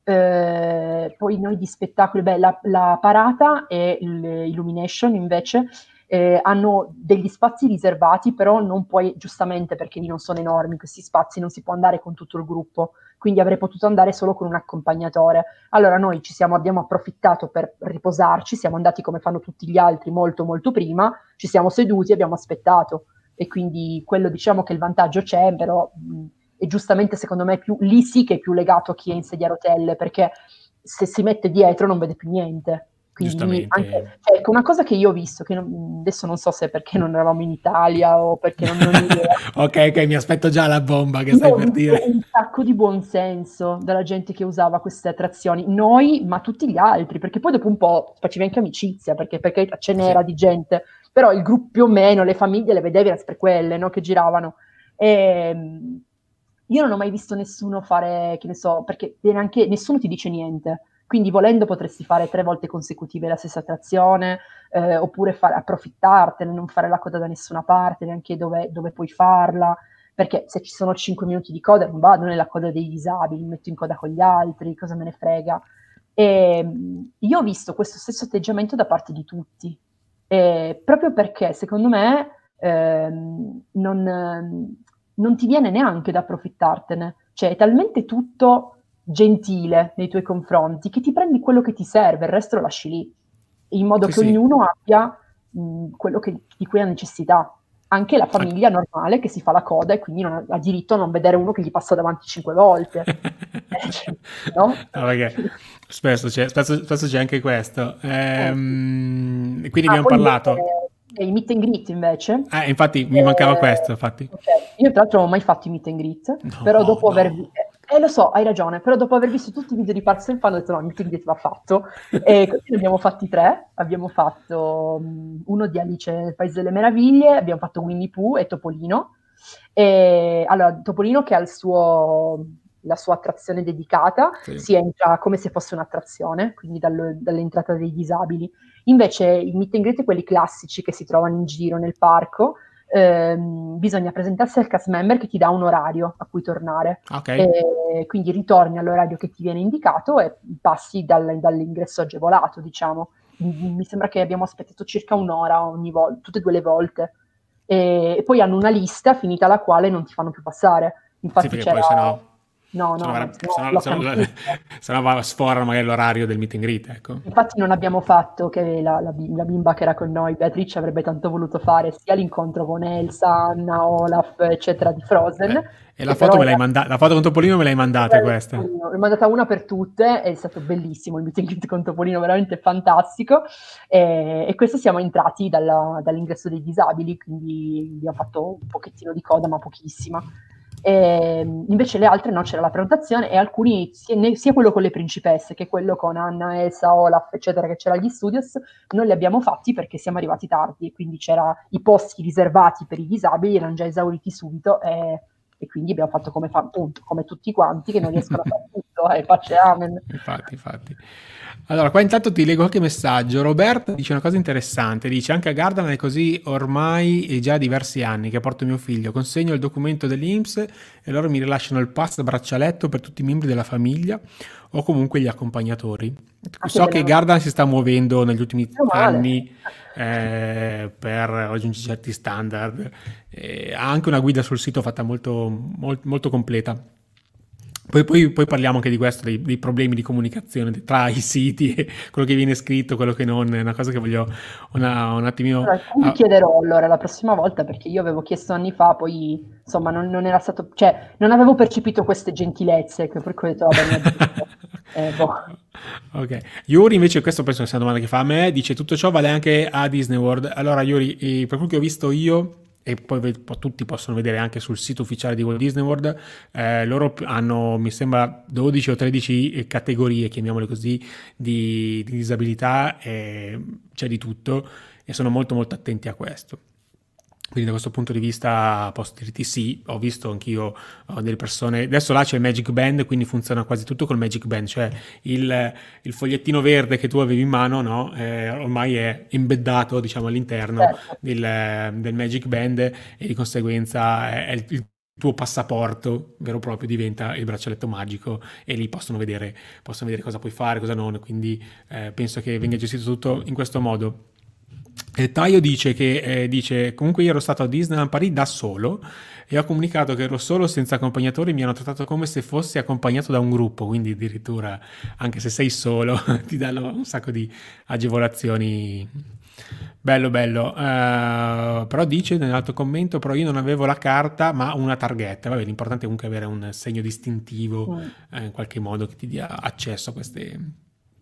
eh, poi noi di spettacoli, beh, la, la parata e l'Illumination invece eh, hanno degli spazi riservati, però non puoi, giustamente perché lì non sono enormi questi spazi, non si può andare con tutto il gruppo, quindi avrei potuto andare solo con un accompagnatore. Allora noi ci siamo, abbiamo approfittato per riposarci, siamo andati come fanno tutti gli altri molto molto prima, ci siamo seduti e abbiamo aspettato e quindi quello diciamo che il vantaggio c'è, però mh, e giustamente secondo me più, lì sì che è più legato a chi è in sedia a rotelle, perché se si mette dietro non vede più niente. Quindi Giustamente. anche, cioè, ecco, una cosa che io ho visto, che non- adesso non so se è perché non eravamo in Italia o perché non, non ho idea, Ok, ok, mi aspetto già la bomba che io stai ho per visto dire. un sacco di buonsenso dalla gente che usava queste attrazioni, noi, ma tutti gli altri, perché poi dopo un po' facevi anche amicizia, perché, perché ce Sì, n'era di gente, però il gruppo più o meno, le famiglie le vedevi, erano sempre quelle, no, che giravano. E, mh, io non ho mai visto nessuno fare, che ne so, perché viene anche, nessuno ti dice niente, quindi volendo potresti fare tre volte consecutive la stessa attrazione, eh, oppure fare, approfittartene, non fare la coda da nessuna parte, neanche dove, dove puoi farla perché se ci sono cinque minuti di coda non vado nella coda dei disabili, mi metto in coda con gli altri, cosa me ne frega. E, mh, io ho visto questo stesso atteggiamento da parte di tutti, e proprio perché secondo me ehm, non, ehm, non ti viene neanche da approfittartene, cioè è talmente tutto gentile nei tuoi confronti che ti prendi quello che ti serve, il resto lo lasci lì, in modo sì, che sì. ognuno abbia mh, quello che- di cui ha necessità anche la Anche- famiglia normale che si fa la coda e quindi non ha, ha diritto a non vedere uno che gli passa davanti cinque volte. Eh, cioè, no? No, perché spesso c'è, spesso- spesso c'è anche questo. Eh, sì. Ehm, e quindi Ah, abbiamo poi invece parlato. eh, i meet and greet invece, Eh, infatti mi mancava eh, questo, infatti. ok, io tra l'altro non ho mai fatto i meet and greet, però No, dopo aver, no. vi- eh, eh, lo so, hai ragione, però dopo aver visto tutti i video di Parks and Fan ho detto no, il meet and greet va fatto, e così ne abbiamo fatti tre, abbiamo fatto mh, uno di Alice nel Paese delle Meraviglie, abbiamo fatto Winnie Pooh e Topolino, e, allora Topolino che ha il suo, la sua attrazione dedicata, Sì, si entra come se fosse un'attrazione, quindi dal- dall'entrata dei disabili. Invece i meet and greet, quelli classici che si trovano in giro nel parco, ehm, bisogna presentarsi al cast member che ti dà un orario a cui tornare. ok. E quindi ritorni all'orario che ti viene indicato e passi dal- dall'ingresso agevolato, diciamo. M- Mi sembra che abbiamo aspettato circa un'ora ogni volta, tutte e due le volte. E, e poi hanno una lista finita la quale non ti fanno più passare. Sì, Infatti perché c'era... poi se no, No, se no, no, no, vera- se no se no- se bloccano no- tutto. se no va- sforano magari l'orario del meet and greet, ecco. Infatti non abbiamo fatto, che la, la bi- la bimba che era con noi, Beatrice, avrebbe tanto voluto fare sia l'incontro con Elsa, Anna, Olaf, eccetera, di Frozen, Eh, e la che foto però me l'hai era... mandata, la foto con Topolino me l'hai mandata questa. Ne ho mandata una per tutte, è stato bellissimo il meet and greet con Topolino, veramente fantastico. E, e questo siamo entrati dalla- dall'ingresso dei disabili, quindi abbiamo fatto un pochettino di coda, ma pochissima. E, invece le altre no, c'era la prenotazione e alcuni, sia, ne- sia quello con le principesse che quello con Anna, Elsa, Olaf, eccetera, che c'era agli studios, non li abbiamo fatti perché siamo arrivati tardi, quindi c'era i posti riservati per i disabili, erano già esauriti subito e, e quindi abbiamo fatto come, fa, appunto, come tutti quanti che non riescono a fare tutto, e pace amen. Infatti, infatti. Allora, qua intanto ti leggo qualche messaggio. Roberta dice una cosa interessante, dice anche a Gardaland è così ormai è già diversi anni che porto mio figlio, consegno il documento dell'I N P S e loro mi rilasciano il pass braccialetto per tutti i membri della famiglia o comunque gli accompagnatori. Ah, che So bene, che meno Gardaland si sta muovendo negli ultimi male. anni eh, per raggiungere certi standard. Eh, ha anche una guida sul sito fatta molto, mol- molto completa. Poi, poi- poi parliamo anche di questo, dei, dei problemi di comunicazione tra i siti e quello che viene scritto, quello che non, è una cosa che voglio una- un attimino... Allora, mi ah, chiederò allora la prossima volta perché io avevo chiesto anni fa, poi insomma non, non era stato, cioè non avevo percepito queste gentilezze, che per cui ho detto vabbè, mi aggiusto. Eh, boh. Ok, Yuri invece, questo penso che sia una domanda che fa a me, dice tutto ciò vale anche a Disney World. Allora Yuri, eh, per quello che ho visto io, e poi ve- po- tutti possono vedere anche sul sito ufficiale di Walt Disney World, eh, loro p- hanno, mi sembra, dodici o tredici categorie, chiamiamole così, di, di disabilità, e c'è di tutto e sono molto molto attenti a questo. Quindi da questo punto di vista posso dirti sì, ho visto anch'io ho delle persone, adesso là c'è il Magic Band, quindi funziona quasi tutto col Magic Band, cioè il, il fogliettino verde che tu avevi in mano, no? Eh, ormai è embeddato, diciamo, all'interno Certo. del, del Magic Band e di conseguenza è, è il, il tuo passaporto vero e proprio, diventa il braccialetto magico e lì possono vedere, possono vedere cosa puoi fare, cosa non, quindi eh, penso che venga gestito tutto in questo modo. E Taio dice che eh, dice comunque io ero stato a Disneyland Paris da solo e ho comunicato che ero solo senza accompagnatori, mi hanno trattato come se fossi accompagnato da un gruppo, quindi addirittura anche se sei solo ti danno un sacco di agevolazioni. Bello, bello. Eh, però dice nell'altro commento, però io non avevo la carta ma una targhetta. Vabbè, l'importante è comunque avere un segno distintivo Mm. eh, in qualche modo che ti dia accesso a queste,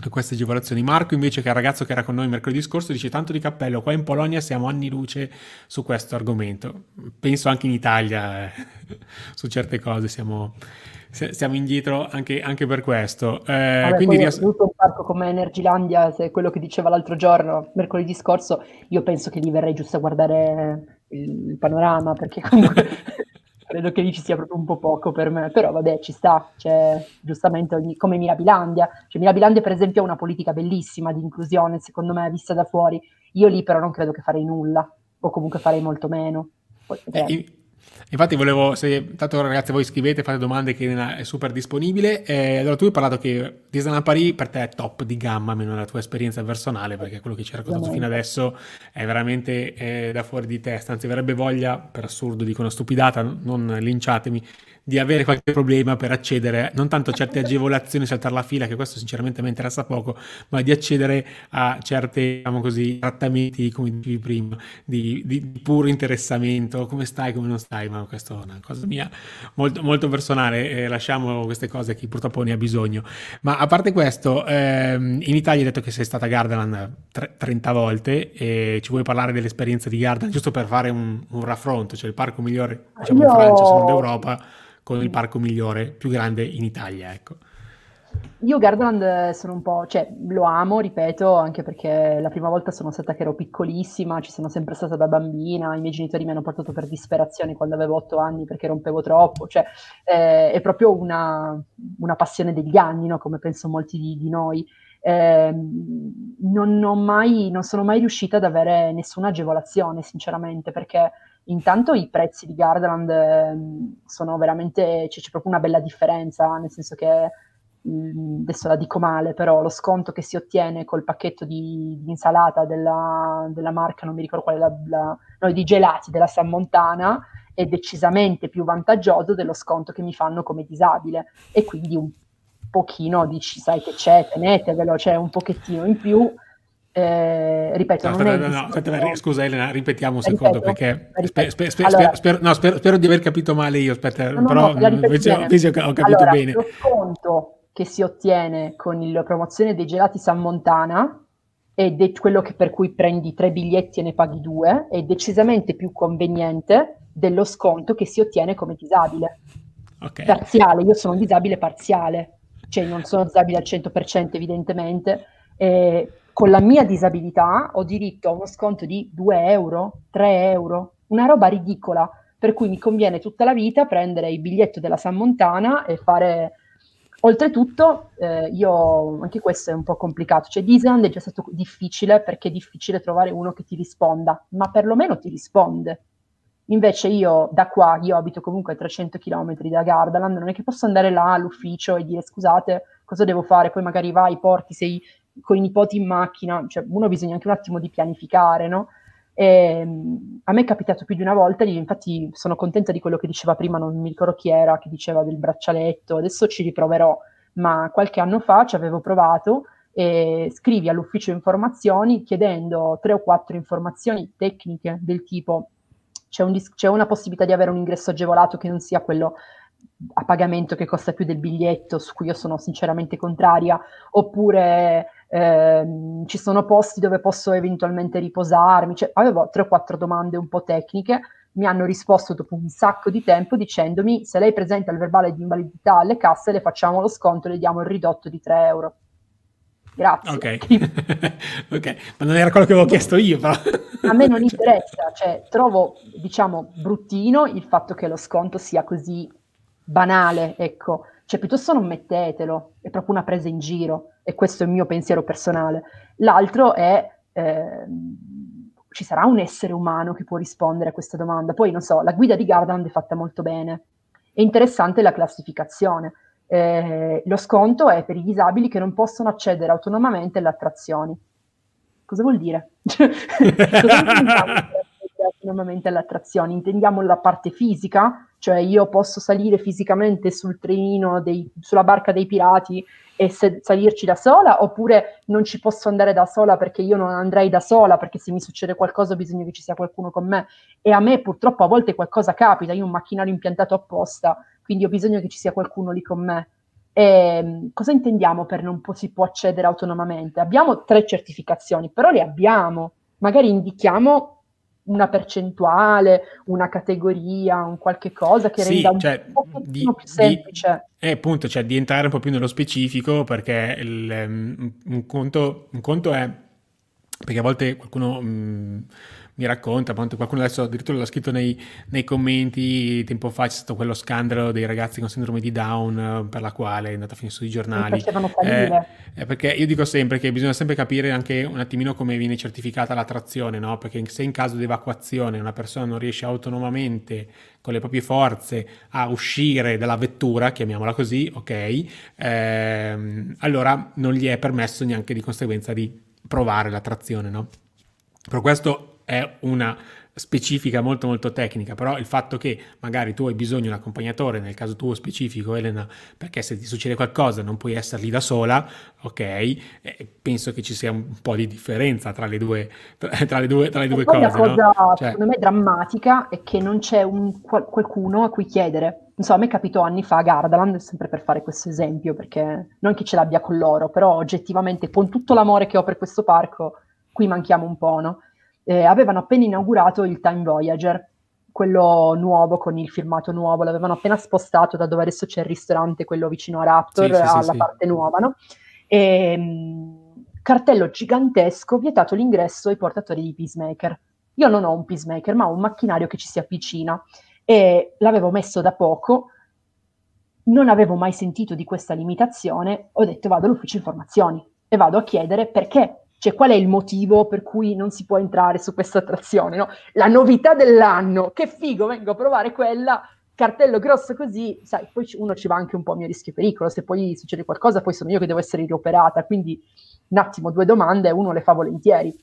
a queste agevolazioni. Marco invece, che è il ragazzo che era con noi mercoledì scorso, dice tanto di cappello, qua in Polonia siamo anni luce su questo argomento, penso anche in Italia eh, su certe cose siamo, siamo indietro anche, anche per questo. Eh, Vabbè, quindi poi rias- soprattutto un parco come Energylandia, se è quello che diceva l'altro giorno, mercoledì scorso, io penso che lì verrei giusto a guardare il, il panorama, perché comunque credo che lì ci sia proprio un po' poco per me, però vabbè, ci sta, cioè, giustamente ogni- come Mirabilandia, cioè Mirabilandia per esempio ha una politica bellissima di inclusione, secondo me, vista da fuori, io lì però non credo che farei nulla, o comunque farei molto meno, poi Eh, vedremo. in- infatti volevo, se tanto ragazzi voi scrivete, fate domande, che Elena è super disponibile. Eh, allora tu hai parlato che Disneyland Paris per te è top di gamma, almeno nella tua esperienza personale, perché quello che ci hai raccontato fino Ovviamente. adesso è veramente eh, da fuori di testa, anzi verrebbe voglia, per assurdo dico una stupidata, non linciatemi, di avere qualche problema per accedere non tanto a certe agevolazioni, saltare la fila, che questo sinceramente mi interessa poco, ma di accedere a certi, diciamo così, trattamenti, come dicevi prima, di, di- di puro interessamento, come stai, come non stai, ma questa è una cosa mia molto, molto personale, eh, lasciamo queste cose a chi purtroppo ne ha bisogno. Ma a parte questo, ehm, in Italia hai detto che sei stata a Gardaland tre- trenta volte, e ci vuoi parlare dell'esperienza di Gardaland, giusto per fare un, un raffronto, cioè il parco migliore, diciamo in Io Francia, se non d'Europa, con il parco migliore, più grande in Italia, ecco. Io Gardaland eh, sono un po', cioè lo amo, ripeto, anche perché la prima volta sono stata che ero piccolissima, ci sono sempre stata da bambina, i miei genitori mi hanno portato per disperazione quando avevo otto anni perché rompevo troppo, cioè eh, è proprio una, una passione degli anni, no? Come penso molti di, di noi. Ehm, non ho mai, non sono mai riuscita ad avere nessuna agevolazione, sinceramente, perché intanto i prezzi di Gardaland ehm, sono veramente, cioè, c'è proprio una bella differenza, nel senso che mh, adesso la dico male, però lo sconto che si ottiene col pacchetto di, di insalata della, della marca, non mi ricordo qual è la, la no, di gelati della San Montana, è decisamente più vantaggioso dello sconto che mi fanno come disabile, e quindi un pochino dici, sai che c'è, tenetevelo, c'è un pochettino in più, eh, ripeto, No, non è aspetta, il no, no, aspetta, ri- discorso, scusa Elena, ripetiamo un secondo ripeto, perché spe- ripeto. spe- spe- Allora, spero, spero- no, spero- spero di aver capito male io, aspetta, no, no, no, però te la mm, ripeto penso, bene. penso che ho capito Allora, bene. lo sconto che si ottiene con il- la promozione dei gelati San Montana è de- quello che- per cui prendi tre biglietti e ne paghi due, è decisamente più conveniente dello sconto che si ottiene come disabile. Ok. Parziale, io sono un disabile parziale, cioè non sono disabile al cento per cento evidentemente, e con la mia disabilità ho diritto a uno sconto di due euro, tre euro, una roba ridicola, per cui mi conviene tutta la vita prendere il biglietto della San Montana e fare... Oltretutto, eh, io, anche questo è un po' complicato, cioè Disneyland è già stato difficile perché è difficile trovare uno che ti risponda, ma perlomeno ti risponde. Invece io da qua, io abito comunque a trecento chilometri da Gardaland, non è che posso andare là all'ufficio e dire scusate, cosa devo fare? Poi magari vai, porti, sei con i nipoti in macchina, cioè uno bisogna anche un attimo di pianificare, no? E, mh, a me è capitato più di una volta, infatti sono contenta di quello che diceva prima, non mi ricordo chi era, che diceva del braccialetto, adesso ci riproverò, ma qualche anno fa ci avevo provato e scrivi all'ufficio informazioni chiedendo tre o quattro informazioni tecniche del tipo c'è, un dis- c'è una possibilità di avere un ingresso agevolato che non sia quello a pagamento che costa più del biglietto, su cui io sono sinceramente contraria, oppure ehm, ci sono posti dove posso eventualmente riposarmi, cioè, avevo tre o quattro domande un po' tecniche, mi hanno risposto dopo un sacco di tempo dicendomi se lei presenta il verbale di invalidità alle casse le facciamo lo sconto e le diamo il ridotto di tre euro. Grazie. Ok, ok, ma non era quello che avevo chiesto io, però. A me non Cioè, interessa, cioè trovo, diciamo, bruttino il fatto che lo sconto sia così banale, ecco, cioè piuttosto non mettetelo, è proprio una presa in giro, e questo è il mio pensiero personale. L'altro è, ehm, ci sarà un essere umano che può rispondere a questa domanda? Poi, non so, la guida di Gardaland è fatta molto bene, è interessante la classificazione. Eh, lo sconto è per i disabili che non possono accedere autonomamente alle attrazioni. Cosa vuol dire? Cosa intendiamo per accedere autonomamente alle attrazioni? Intendiamo la parte fisica? Cioè io posso salire fisicamente sul trenino, dei, sulla barca dei pirati e se, salirci da sola, oppure non ci posso andare da sola perché io non andrei da sola, perché se mi succede qualcosa bisogna che ci sia qualcuno con me, e a me purtroppo a volte qualcosa capita, io ho un macchinario impiantato apposta, quindi ho bisogno che ci sia qualcuno lì con me. E, cosa intendiamo per non po- si può accedere autonomamente? Abbiamo tre certificazioni, però le abbiamo. Magari indichiamo una percentuale, una categoria, un qualche cosa che renda Sì, un cioè, pochettino di, più di, semplice. eh, appunto, cioè, di entrare un po' più nello specifico perché il, ehm, un conto, un conto è, perché a volte qualcuno mh, mi racconta, a volte qualcuno adesso addirittura l'ha scritto nei, nei commenti, tempo fa c'è stato quello scandalo dei ragazzi con sindrome di Down eh, per la quale è andata a finire sui Mi giornali. facevano Eh, salire. eh, perché io dico sempre che bisogna sempre capire anche un attimino come viene certificata la trazione, no? Perché se in caso di evacuazione una persona non riesce autonomamente con le proprie forze a uscire dalla vettura, chiamiamola così, ok, ehm, allora non gli è permesso neanche di conseguenza di provare la trazione, no? Però questo è una specifica molto molto tecnica, però il fatto che magari tu hai bisogno di un accompagnatore, nel caso tuo specifico Elena, perché se ti succede qualcosa non puoi essere lì da sola, ok, eh, penso che ci sia un po' di differenza tra le due, tra, tra le due, tra le E due poi la cose, no? cosa, Cioè, secondo me, drammatica è che non c'è un, qual- qualcuno a cui chiedere. Non so, a me capitò anni fa a Gardaland, sempre per fare questo esempio, perché non che ce l'abbia con loro, però oggettivamente, con tutto l'amore che ho per questo parco, qui manchiamo un po', no? Eh, avevano appena inaugurato il Time Voyager, quello nuovo, con il filmato nuovo, l'avevano appena spostato da dove adesso c'è il ristorante, quello vicino a sì, Raptor, sì, sì, alla sì. parte nuova, no? E, mh, cartello gigantesco, vietato l'ingresso ai portatori di pacemaker. Io non ho un pacemaker, ma ho un macchinario che ci si avvicina e l'avevo messo da poco, non avevo mai sentito di questa limitazione, ho detto vado all'ufficio informazioni e vado a chiedere perché, cioè qual è il motivo per cui non si può entrare su questa attrazione, no? La novità dell'anno, che figo, vengo a provare quella, cartello grosso così, sai, poi uno ci va anche un po' a mio rischio e pericolo, se poi succede qualcosa poi sono io che devo essere rioperata, quindi un attimo, due domande, uno le fa volentieri.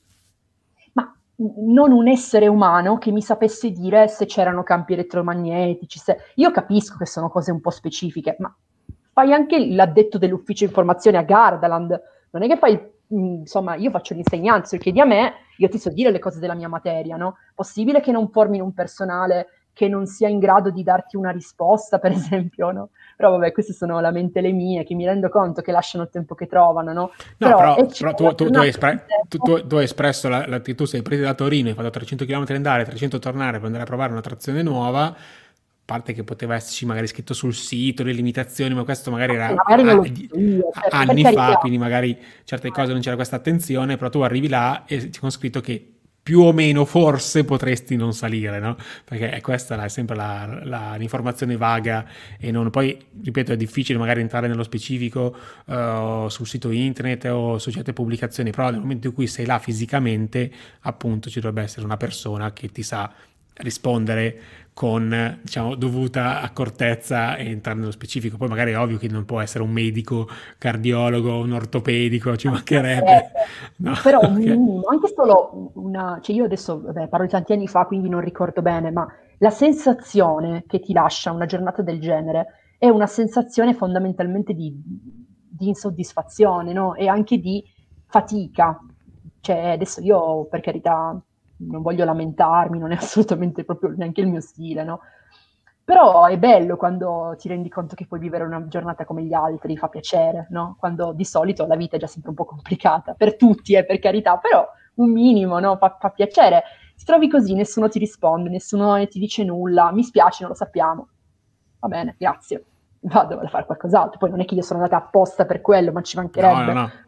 Ma non un essere umano che mi sapesse dire se c'erano campi elettromagnetici. Se... Io capisco che sono cose un po' specifiche, ma fai anche l'addetto dell'ufficio informazione a Gardaland. Non è che fai, insomma, io faccio l'insegnante, se chiedi a me, io ti so dire le cose della mia materia, no? Possibile che non formino un personale che non sia in grado di darti una risposta, per esempio, no? Però vabbè, queste sono lamente le mie, che mi rendo conto che lasciano il tempo che trovano, no? No, Però però, e c'è però la tu, tu- tu hai giornata di espre- tu- tempo. tu- tu hai espresso la, la- tu sei preso da Torino, hai fatto trecento chilometri andare, trecento tornare per andare a provare una trazione nuova, a parte che poteva esserci magari scritto sul sito le limitazioni, ma questo magari Sì, era magari non a- lo a- dico io, a- cioè, per anni fa, carità. quindi magari certe cose non c'era questa attenzione, però tu arrivi là e ti con scritto che più o meno forse potresti non salire, no? Perché questa è sempre la- la- l'informazione vaga e non, poi, ripeto, è difficile magari entrare nello specifico uh, sul sito internet o su certe pubblicazioni, però nel momento in cui sei là fisicamente, appunto, ci dovrebbe essere una persona che ti sa rispondere con, diciamo, dovuta accortezza e entrare nello specifico. Poi magari è ovvio che non può essere un medico, cardiologo, un ortopedico, ci Ma ci mancherebbe. mancherebbe. No, Però un ok. minimo, anche solo una, cioè io adesso vabbè, parlo di tanti anni fa, quindi non ricordo bene, ma la sensazione che ti lascia una giornata del genere è una sensazione fondamentalmente di, di insoddisfazione, no? E anche di fatica. Cioè, adesso io, per carità, non voglio lamentarmi, non è assolutamente proprio neanche il mio stile, no? Però è bello quando ti rendi conto che puoi vivere una giornata come gli altri, fa piacere, no? Quando di solito la vita è già sempre un po' complicata, per tutti, eh, per carità, però un minimo, no? Fa, fa piacere. Ti trovi così, nessuno ti risponde, nessuno ti dice nulla, mi spiace, non lo sappiamo. Va bene, grazie. Vado a fare qualcos'altro. Poi non è che io sono andata apposta per quello, ma ci No, no, mancherebbe. no.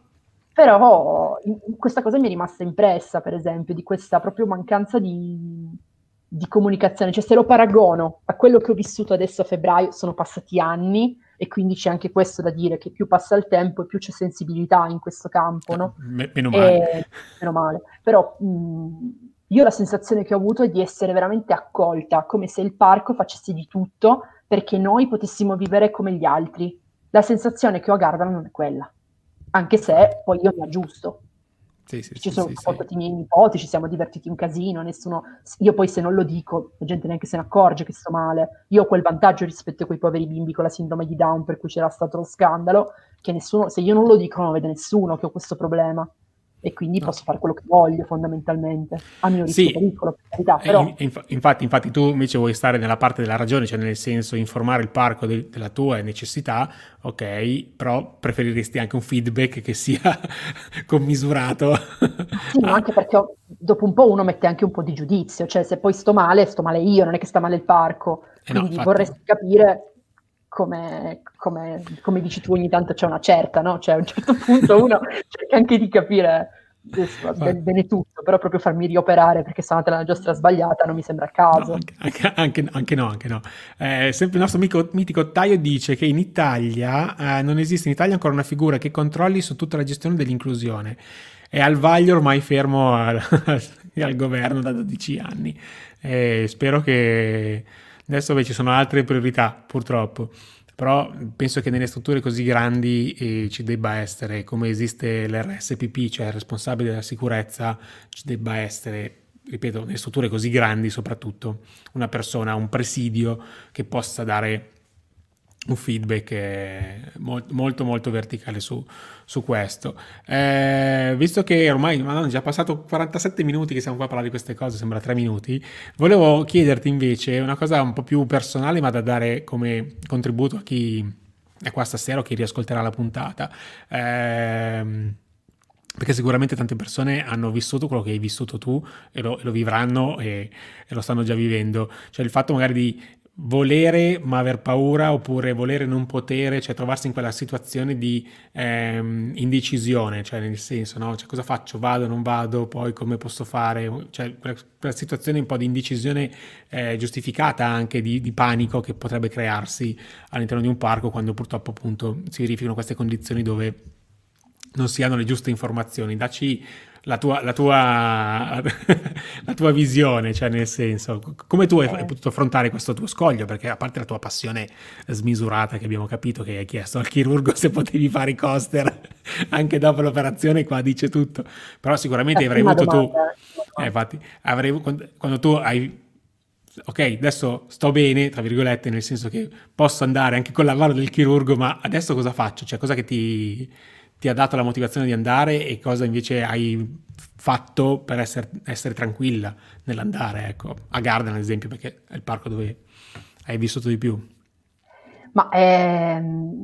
Però in- in questa cosa mi è rimasta impressa, per esempio, di questa proprio mancanza di, di comunicazione. Cioè, se lo paragono a quello che ho vissuto adesso a febbraio, sono passati anni e quindi c'è anche questo da dire, che più passa il tempo e più c'è sensibilità in questo campo, no? Me- meno male. E, meno male. Però mh, io la sensazione che ho avuto è di essere veramente accolta, come se il parco facesse di tutto perché noi potessimo vivere come gli altri. La sensazione che ho a Gardaland non è quella, anche se poi io mi aggiusto. Sì, sì, Ci sì, sono sì, sì. portati i miei nipoti, ci siamo divertiti un casino, nessuno... Io poi se non lo dico, la gente neanche se ne accorge che sto male. Io ho quel vantaggio rispetto a quei poveri bimbi con la sindrome di Down per cui c'era stato lo scandalo, che nessuno, se io non lo dico non lo vede nessuno che ho questo problema. e quindi No. posso fare quello che voglio fondamentalmente, a mio rischio e Sì, pericolo, per carità, e però in- inf- infatti, infatti tu invece vuoi stare nella parte della ragione, cioè nel senso informare il parco de- della tua necessità, ok, però preferiresti anche un feedback che sia commisurato. sì, ma a- anche perché ho- dopo un po' uno mette anche un po' di giudizio, cioè se poi sto male, sto male io, non è che sta male il parco, Eh no, quindi infatti. vorresti capire come, come- come dici tu ogni tanto c'è una certa, no? Cioè a un certo punto uno cerca anche di capire adesso, Guarda, bene, bene tutto, però proprio farmi rioperare perché sono andata nella giostra sbagliata non mi sembra il no, caso. anche, anche- anche- anche no, anche no. Eh, sempre il nostro amico, mitico Ottaio dice che in Italia, eh, non esiste in Italia ancora una figura che controlli su tutta la gestione dell'inclusione. È al vaglio ormai fermo al, al governo da dodici anni. Eh, spero che adesso beh, ci sono altre priorità, purtroppo. Però penso che nelle strutture così grandi eh, ci debba essere, come esiste l'R S P P, cioè il responsabile della sicurezza, ci debba essere, ripeto, nelle strutture così grandi soprattutto, una persona, un presidio che possa dare un feedback eh, mol- molto molto verticale su, su questo. Eh, visto che ormai ma è già passato quarantasette minuti che siamo qua a parlare di queste cose, sembra tre minuti, volevo chiederti invece una cosa un po' più personale ma da dare come contributo a chi è qua stasera o chi riascolterà la puntata. Ehm, perché sicuramente tante persone hanno vissuto quello che hai vissuto tu e lo, e lo vivranno e, e lo stanno già vivendo. Cioè il fatto magari di volere ma aver paura oppure volere non potere, cioè trovarsi in quella situazione di ehm, indecisione, cioè nel senso, no? Cioè cosa faccio? Vado, non vado, poi come posso fare? Cioè quella, quella situazione un po' di indecisione eh, giustificata anche di, di panico che potrebbe crearsi all'interno di un parco quando purtroppo appunto si verificano queste condizioni dove non si hanno le giuste informazioni. Dacci la tua, la tua, la tua visione, cioè nel senso, come tu hai, hai Eh, potuto affrontare questo tuo scoglio, perché a parte la tua passione smisurata che abbiamo capito che hai chiesto al chirurgo se potevi fare i coaster anche dopo l'operazione, qua dice tutto, però la sicuramente avrai prima avuto tu, domanda, prima eh, domanda. infatti, avrei, quando, quando tu hai ok, adesso sto bene, tra virgolette, nel senso che posso andare anche con la mano del chirurgo, ma adesso cosa faccio? Cioè, cosa che ti, ti ha dato la motivazione di andare e cosa invece hai fatto per essere, essere tranquilla nell'andare, ecco, a Gardaland ad esempio, perché è il parco dove hai vissuto di più. Ma è,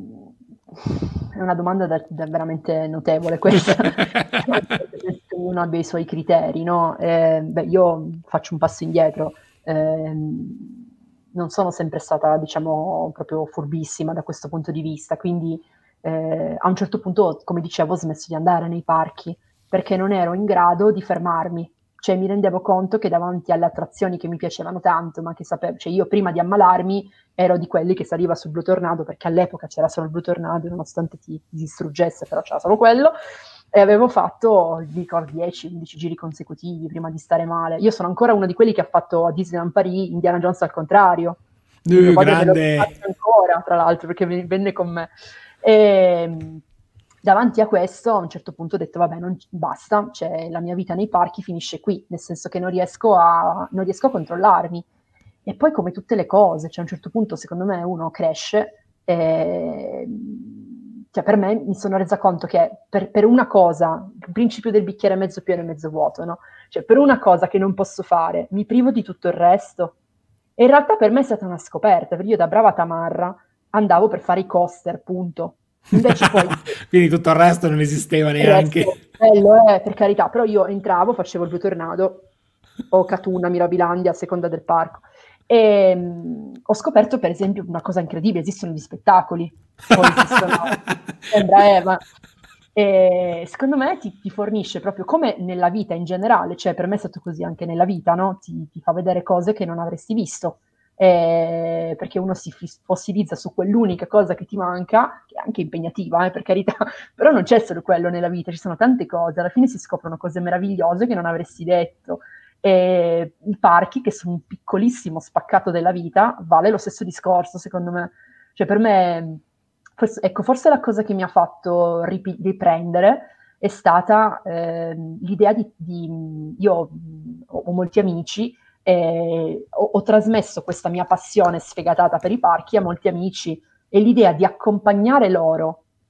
è una domanda da- da veramente notevole questa. Penso che uno abbia i suoi criteri, no? Eh, beh, io faccio un passo indietro. Ehm, non sono sempre stata, diciamo, proprio furbissima da questo punto di vista, quindi eh, a un certo punto, come dicevo, ho smesso di andare nei parchi perché non ero in grado di fermarmi. Cioè mi rendevo conto che davanti alle attrazioni che mi piacevano tanto, ma che sapevo, cioè io prima di ammalarmi ero di quelli che saliva sul Blue Tornado, perché all'epoca c'era solo il Blue Tornado, nonostante ti, ti distruggesse, però c'era solo quello, e avevo fatto, mi ricordo, dieci undici giri consecutivi prima di stare male. Io sono ancora uno di quelli che ha fatto a Disneyland Paris Indiana Jones al contrario. Mio Uh, padre me lo grande! ringrazia ancora, tra l'altro, perché venne con me. E, davanti a questo, a un certo punto ho detto, vabbè, non, basta, cioè, la mia vita nei parchi finisce qui, nel senso che non riesco a, non riesco a controllarmi. E poi come tutte le cose, cioè a un certo punto secondo me uno cresce e cioè per me mi sono resa conto che per, per una cosa, il principio del bicchiere mezzo pieno e mezzo vuoto, no? Cioè per una cosa che non posso fare, mi privo di tutto il resto. E in realtà per me è stata una scoperta, perché io da brava tamarra andavo per fare i coaster, punto. Invece poi Quindi tutto il resto non esisteva il resto, neanche. bello è, per carità, però io entravo, facevo il Blue Tornado o Catuna, Mirabilandia, a seconda del parco. E mh, ho scoperto, per esempio, una cosa incredibile: esistono gli spettacoli, o esistono, sembra Eva. E secondo me ti, ti fornisce proprio come nella vita in generale, cioè per me è stato così anche nella vita, no? Ti, ti fa vedere cose che non avresti visto. Eh, perché uno si fossilizza su quell'unica cosa che ti manca, che è anche impegnativa, eh, per carità, però non c'è solo quello nella vita, ci sono tante cose, alla fine si scoprono cose meravigliose che non avresti detto. E i parchi, che sono un piccolissimo spaccato della vita, vale lo stesso discorso, secondo me. Cioè, per me, forse, ecco, forse la cosa che mi ha fatto ripi- riprendere è stata eh, l'idea di, di io mh, ho, ho molti amici e ho, ho trasmesso questa mia passione sfegatata per i parchi a molti amici e l'idea di accompagnare loro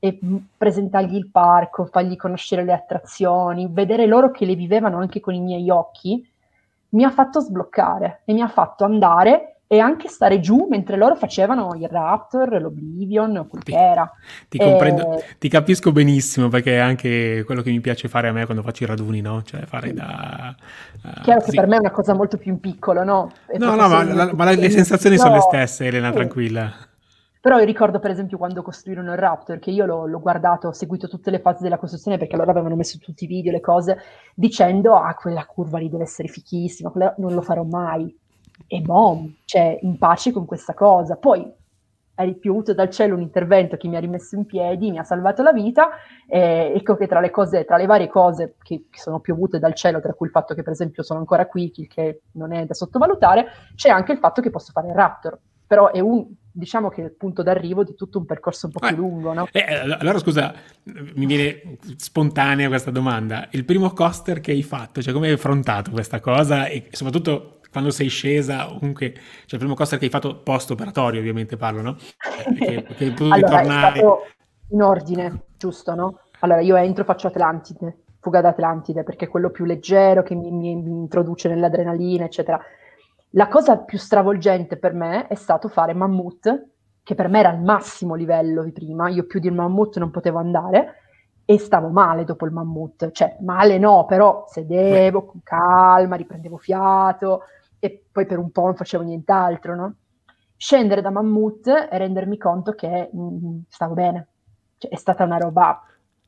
e mh, presentargli il parco, fargli conoscere le attrazioni, vedere loro che le vivevano anche con i miei occhi, mi ha fatto sbloccare e mi ha fatto andare e anche stare giù mentre loro facevano il Raptor, l'Oblivion, o quel Ti, che era. ti comprendo, E ti capisco benissimo perché è anche quello che mi piace fare a me quando faccio i raduni, no? Cioè fare da... eh, chiaro che per sì. me è una cosa molto più in piccolo, no? È No, proprio no, ma, solo il mio la- ma le il mio sensazioni sono le però stesse, Elena, sì. tranquilla. Però io ricordo per esempio quando costruirono il Raptor, che io l'ho, l'ho guardato, ho seguito tutte le fasi della costruzione perché loro avevano messo tutti i video, le cose, dicendo, ah, quella curva lì deve essere fichissima, quella non lo farò mai. E boom, cioè, in pace con questa cosa. Poi è piovuto dal cielo un intervento che mi ha rimesso in piedi, mi ha salvato la vita, e ecco che tra le cose, tra le varie cose che, che sono piovute dal cielo, tra cui il fatto che per esempio sono ancora qui, il che non è da sottovalutare, c'è anche il fatto che posso fare il Raptor. Però è un, diciamo che è il punto d'arrivo di tutto un percorso un po' più Eh, lungo, no? eh, allora scusa, mi viene spontanea questa domanda. Il primo coaster che hai fatto, cioè come hai affrontato questa cosa e soprattutto quando sei scesa, o comunque, cioè il primo coaster che hai fatto post operatorio ovviamente parlo, no? Eh, che, che hai potuto Allora, è ritornare. stato in ordine, giusto, no? Allora, io entro, faccio Atlantide, Fuga d'Atlantide, perché è quello più leggero che mi, mi- mi introduce nell'adrenalina, eccetera. La cosa più stravolgente per me è stato fare Mammut, che per me era il massimo livello di prima, io più di un Mammut non potevo andare, e stavo male dopo il Mammut, cioè male no, però Beh, sedevo con calma, riprendevo fiato, e poi per un po' non facevo nient'altro, no? Scendere da Mammut e rendermi conto che mh, stavo bene. Cioè, è stata una roba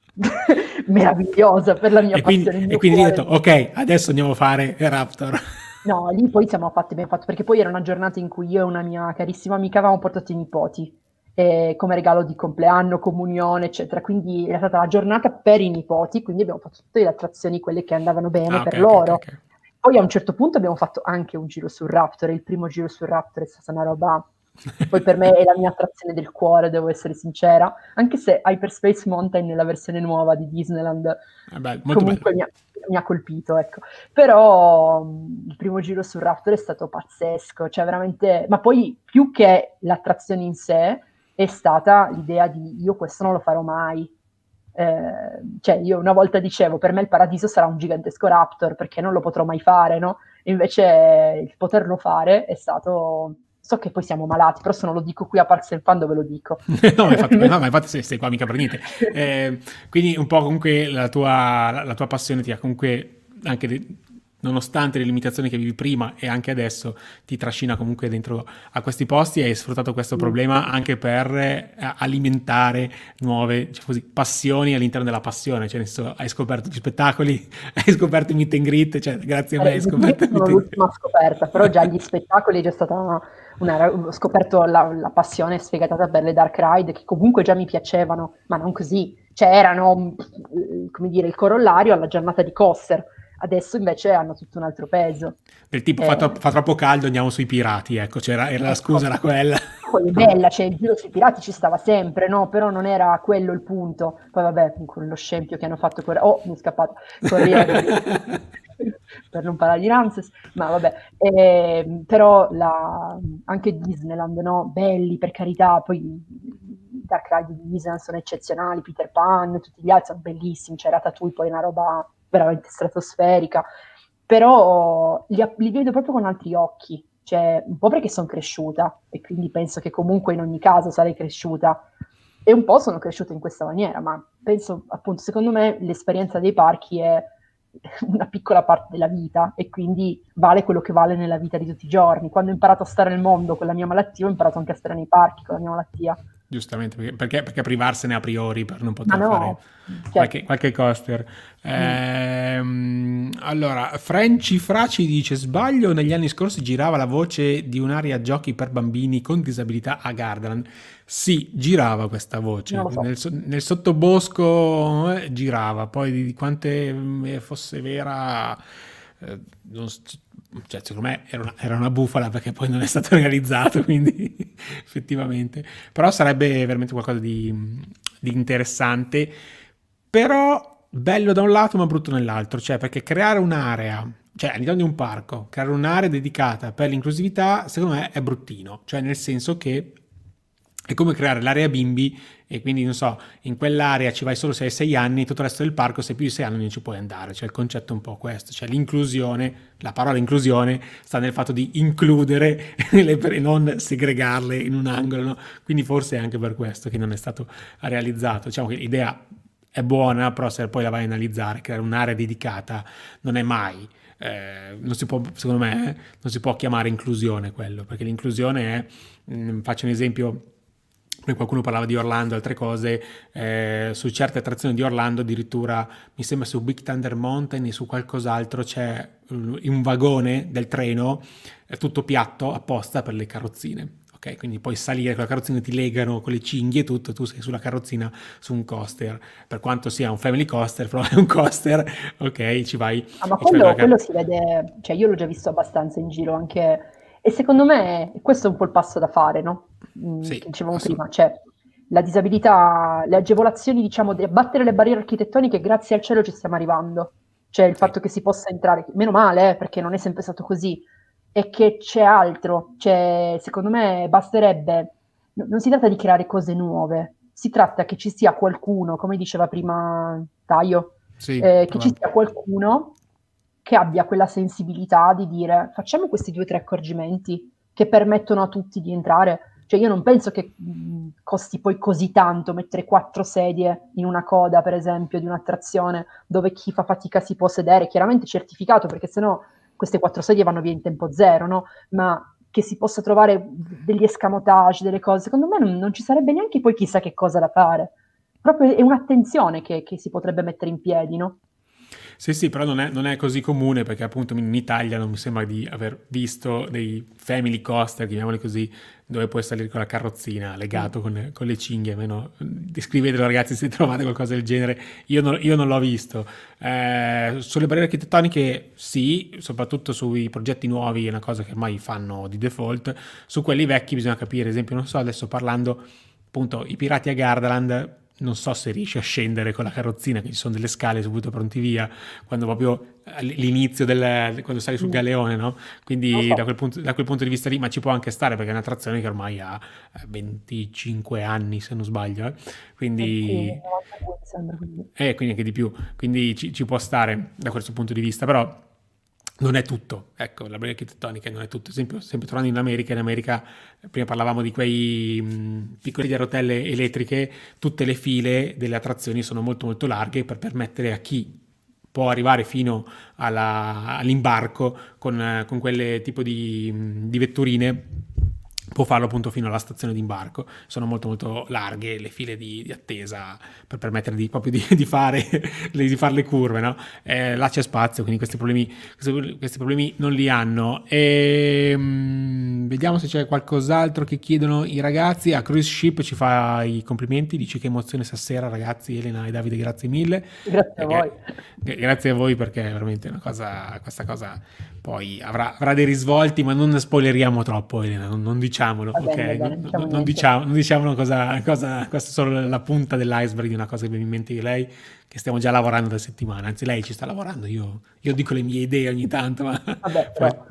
meravigliosa per la mia e quindi, passione, il e mio quindi hai detto, cuore. ok, adesso andiamo a fare il Raptor. No, lì poi siamo fatti ben fatto, perché poi era una giornata in cui io e una mia carissima amica avevamo portato i nipoti eh, come regalo di compleanno, comunione, eccetera. Quindi era stata la giornata per i nipoti, quindi abbiamo fatto tutte le attrazioni, quelle che andavano bene Ah, ok, per ok, ok, loro. ok. Poi a un certo punto abbiamo fatto anche un giro sul Raptor, e il primo giro sul Raptor è stata una roba. Poi per me è la mia attrazione del cuore, devo essere sincera, anche se Hyperspace Mountain nella versione nuova di Disneyland È bello, molto bello. comunque mi ha, mi ha colpito, ecco. Però mh, il primo giro sul Raptor è stato pazzesco, cioè veramente, ma poi più che l'attrazione in sé è stata l'idea di io questo non lo farò mai. Eh, cioè io una volta dicevo per me il paradiso sarà un gigantesco Raptor perché non lo potrò mai fare, no? E invece il poterlo fare è stato, so che poi siamo malati, però se non lo dico qui a Parks and Fun dove lo dico? No, ma infatti, no, ma infatti sei, sei qua mica per niente. Eh, quindi un po' comunque la tua, la, la tua passione ti ha comunque anche de- nonostante le limitazioni che vivi prima e anche adesso ti trascina comunque dentro a questi posti e hai sfruttato questo Sì. problema anche per eh, alimentare nuove, diciamo così, passioni all'interno della passione, cioè nel senso, hai scoperto gli spettacoli, hai scoperto i meet and greet, cioè grazie a me Eh, hai I meet and scoperto greet il meet sono and l'ultima scoperta, però già gli greet. spettacoli è già stata una, una- ho scoperto la, la passione sfegatata per le dark ride, che comunque già mi piacevano, ma non così. Cioè erano, mh, come dire, il corollario alla giornata di Coaster. Adesso invece hanno tutto un altro peso. Del tipo fa, tro- Eh, fa troppo caldo, andiamo sui pirati, ecco, c'era, era la ecco, scusa, era quella. poi è bella, cioè il giro sui pirati ci stava sempre, no? Però non era quello il punto. Poi vabbè, con lo scempio che hanno fatto con, oh, mi è scappato, con Riva Dream, per non parlare di Ramses, ma vabbè. Ehm, però la- anche Disneyland, no? Belli, per carità, poi i Dark Ride di Disneyland sono eccezionali, Peter Pan, tutti gli altri sono bellissimi, c'è Ratatouille, poi è una roba veramente stratosferica, però li, li vedo proprio con altri occhi, cioè un po' perché sono cresciuta e quindi penso che comunque in ogni caso sarei cresciuta e un po' sono cresciuta in questa maniera, ma penso appunto, secondo me l'esperienza dei parchi è una piccola parte della vita e quindi vale quello che vale nella vita di tutti i giorni. Quando ho imparato a stare nel mondo con la mia malattia, ho imparato anche a stare nei parchi con la mia malattia. Giustamente, perché, perché, perché privarsene a priori per non Ma poter fare no, cioè, qualche, qualche coaster. mm, Ehm, allora, Franci Fraci dice: Sbaglio, negli anni scorsi girava la voce di un'area giochi per bambini con disabilità a Gardaland. Sì, girava questa non voce lo so. nel, so- nel sottobosco, eh, girava, poi di, di quante mm, fosse vera, eh, non s- cioè, secondo me era una, era una bufala perché poi non è stato realizzato, quindi effettivamente. Però sarebbe veramente qualcosa di, di interessante, però bello da un lato ma brutto nell'altro, cioè perché creare un'area, cioè all'interno di un parco, creare un'area dedicata per l'inclusività, secondo me è bruttino, cioè nel senso che È come creare l'area bimbi e quindi, non so, in quell'area ci vai solo se hai sei anni, tutto il resto del parco se hai più di sei anni non ci puoi andare. Cioè il concetto è un po' questo, cioè l'inclusione, la parola inclusione sta nel fatto di includere le per- e non segregarle in un angolo, no? Quindi forse è anche per questo che non è stato realizzato. Diciamo che l'idea è buona, però se poi la vai a analizzare, creare un'area dedicata non è mai, eh, non si può, secondo me, eh, non si può chiamare inclusione quello, perché l'inclusione è, mh, faccio un esempio, poi qualcuno parlava di Orlando e altre cose, eh, su certe attrazioni di Orlando addirittura, mi sembra su Big Thunder Mountain e su qualcos'altro c'è un un vagone del treno, è tutto piatto apposta per le carrozzine. Ok, quindi puoi salire con la carrozzina, ti legano con le cinghie e tutto, tu sei sulla carrozzina su un coaster, per quanto sia un family coaster, però è un coaster, ok, ci vai Ah, ma e ci vai con la quello, quello carrozzina. si vede, cioè io l'ho già visto abbastanza in giro anche, e secondo me questo è un po' il passo da fare, no? Mm, che Sì, dicevamo prima, assolutamente. cioè la disabilità, le agevolazioni, diciamo, di abbattere le barriere architettoniche, grazie al cielo ci stiamo arrivando. Cioè il Sì. fatto che si possa entrare, meno male, eh, perché non è sempre stato così, e che c'è altro, cioè secondo me basterebbe, no- non si tratta di creare cose nuove, si tratta che ci sia qualcuno, come diceva prima Taio, Sì, eh, che ci bravo. sia qualcuno che abbia quella sensibilità di dire facciamo questi due o tre accorgimenti che permettono a tutti di entrare. Cioè io non penso che mh, costi poi così tanto mettere quattro sedie in una coda, per esempio, di un'attrazione dove chi fa fatica si può sedere, chiaramente certificato, perché sennò queste quattro sedie vanno via in tempo zero, no? Ma che si possa trovare degli escamotage, delle cose, secondo me non, non ci sarebbe neanche poi chissà che cosa da fare. Proprio è un'attenzione che, che si potrebbe mettere in piedi, no? Sì, sì, però non è, non è così comune perché appunto in Italia non mi sembra di aver visto dei family coaster, chiamiamoli così, dove puoi salire con la carrozzina Mm. legato con, con le cinghie. Almeno descrivetelo ragazzi se trovate qualcosa del genere. Io non, io non l'ho visto. Eh, sulle barriere architettoniche sì, soprattutto sui progetti nuovi è una cosa che ormai fanno di default. Su quelli vecchi bisogna capire, ad esempio, non so, adesso parlando appunto i pirati a Gardaland, non so se riesci a scendere con la carrozzina, che ci sono delle scale subito pronti via, quando proprio all'inizio del, quando sali sul Mm. galeone, no? Non lo Quindi da so. quel punto, da quel punto di vista lì, ma ci può anche stare perché è un'attrazione che ormai ha eh, venticinque anni, se non sbaglio, eh. Eh sì, Quindi, novantadue mi sembra, quindi. eh, quindi anche di più, quindi ci, ci può stare da questo punto di vista, però non è tutto, ecco, la barriera architettonica non è tutto. Ad esempio, sempre tornando in America, in America eh, prima parlavamo di quei mh, piccoli a rotelle elettriche, tutte le file delle attrazioni sono molto molto larghe per permettere a chi può arrivare fino alla- all'imbarco con, eh, con quelle tipo di, mh, di vetturine, può farlo appunto fino alla stazione d'imbarco. Sono molto molto larghe le file di, di attesa per permettere di, proprio di, di fare, le, di fare le curve, no? Eh, là c'è spazio, quindi questi problemi, questi, questi problemi non li hanno. E, mm, vediamo se c'è qualcos'altro che chiedono i ragazzi. A Cruise Ship ci fa i complimenti, dice che emozione stasera ragazzi, Elena e Davide, grazie mille. Grazie a Eh, voi. gra- grazie a voi perché è veramente una cosa, questa cosa poi avrà, avrà dei risvolti, ma non spoileriamo troppo, Elena, non, non diciamolo, Va ok? bene, va bene, Non, non non- diciamo non niente. diciamo, non diciamo cosa, cosa, questa è solo la punta dell'iceberg di una cosa che abbiamo in mente io e lei, che stiamo già lavorando da settimane, anzi lei ci sta lavorando, io, io dico le mie idee ogni tanto, ma Vabbè, poi però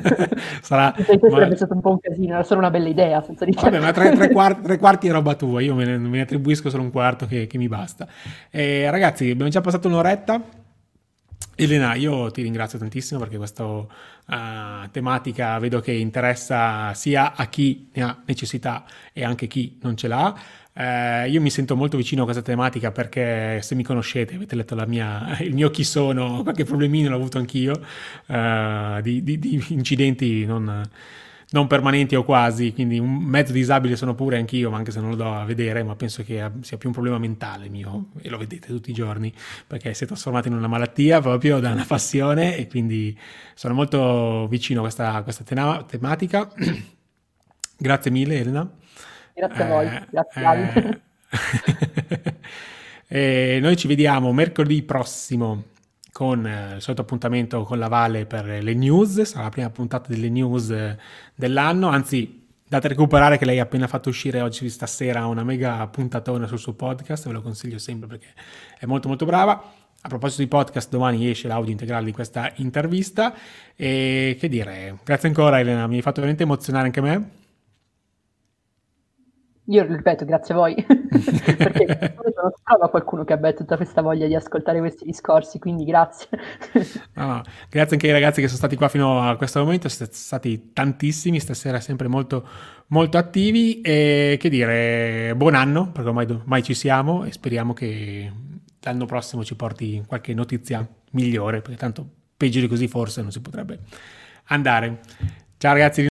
sarà... senza di te Ma, sarebbe stato un po' un casino, era solo una bella idea, senza di te. vabbè, ma tre, tre quarti, tre quarti è roba tua, io me ne, me ne attribuisco solo un quarto che, che mi basta. Eh, ragazzi, abbiamo già passato un'oretta. Elena, io ti ringrazio tantissimo perché questa uh, tematica vedo che interessa sia a chi ne ha necessità e anche chi non ce l'ha. Eh, io mi sento molto vicino a questa tematica perché se mi conoscete, avete letto la mia, il mio chi sono, qualche problemino l'ho avuto anch'io, eh, di, di- di incidenti non, non permanenti o quasi, quindi un mezzo disabile sono pure anch'io, ma anche se non lo do a vedere, ma penso che sia più un problema mentale mio, e lo vedete tutti i giorni, perché si è trasformato in una malattia proprio da una passione e quindi sono molto vicino a questa, a questa tema- tematica. Grazie mille Elena. Grazie a voi, Eh, grazie eh, Davide. e noi ci vediamo mercoledì prossimo con eh, il solito appuntamento con la Vale per le news, sarà la prima puntata delle news eh, dell'anno, anzi date a recuperare che lei ha appena fatto uscire oggi stasera una mega puntatona sul suo podcast, ve lo consiglio sempre perché è molto molto brava. A proposito di podcast, domani esce l'audio integrale di questa intervista e che dire, grazie ancora Elena, mi hai fatto veramente emozionare anche me. Io ripeto, grazie a voi, perché non si trova qualcuno che abbia tutta questa voglia di ascoltare questi discorsi, quindi grazie. No, grazie anche ai ragazzi che sono stati qua fino a questo momento, siete stati tantissimi, stasera sempre molto, molto attivi e che dire, buon anno, perché ormai, ormai ci siamo e speriamo che l'anno prossimo ci porti qualche notizia migliore, perché tanto peggio di così forse non si potrebbe andare. Ciao ragazzi.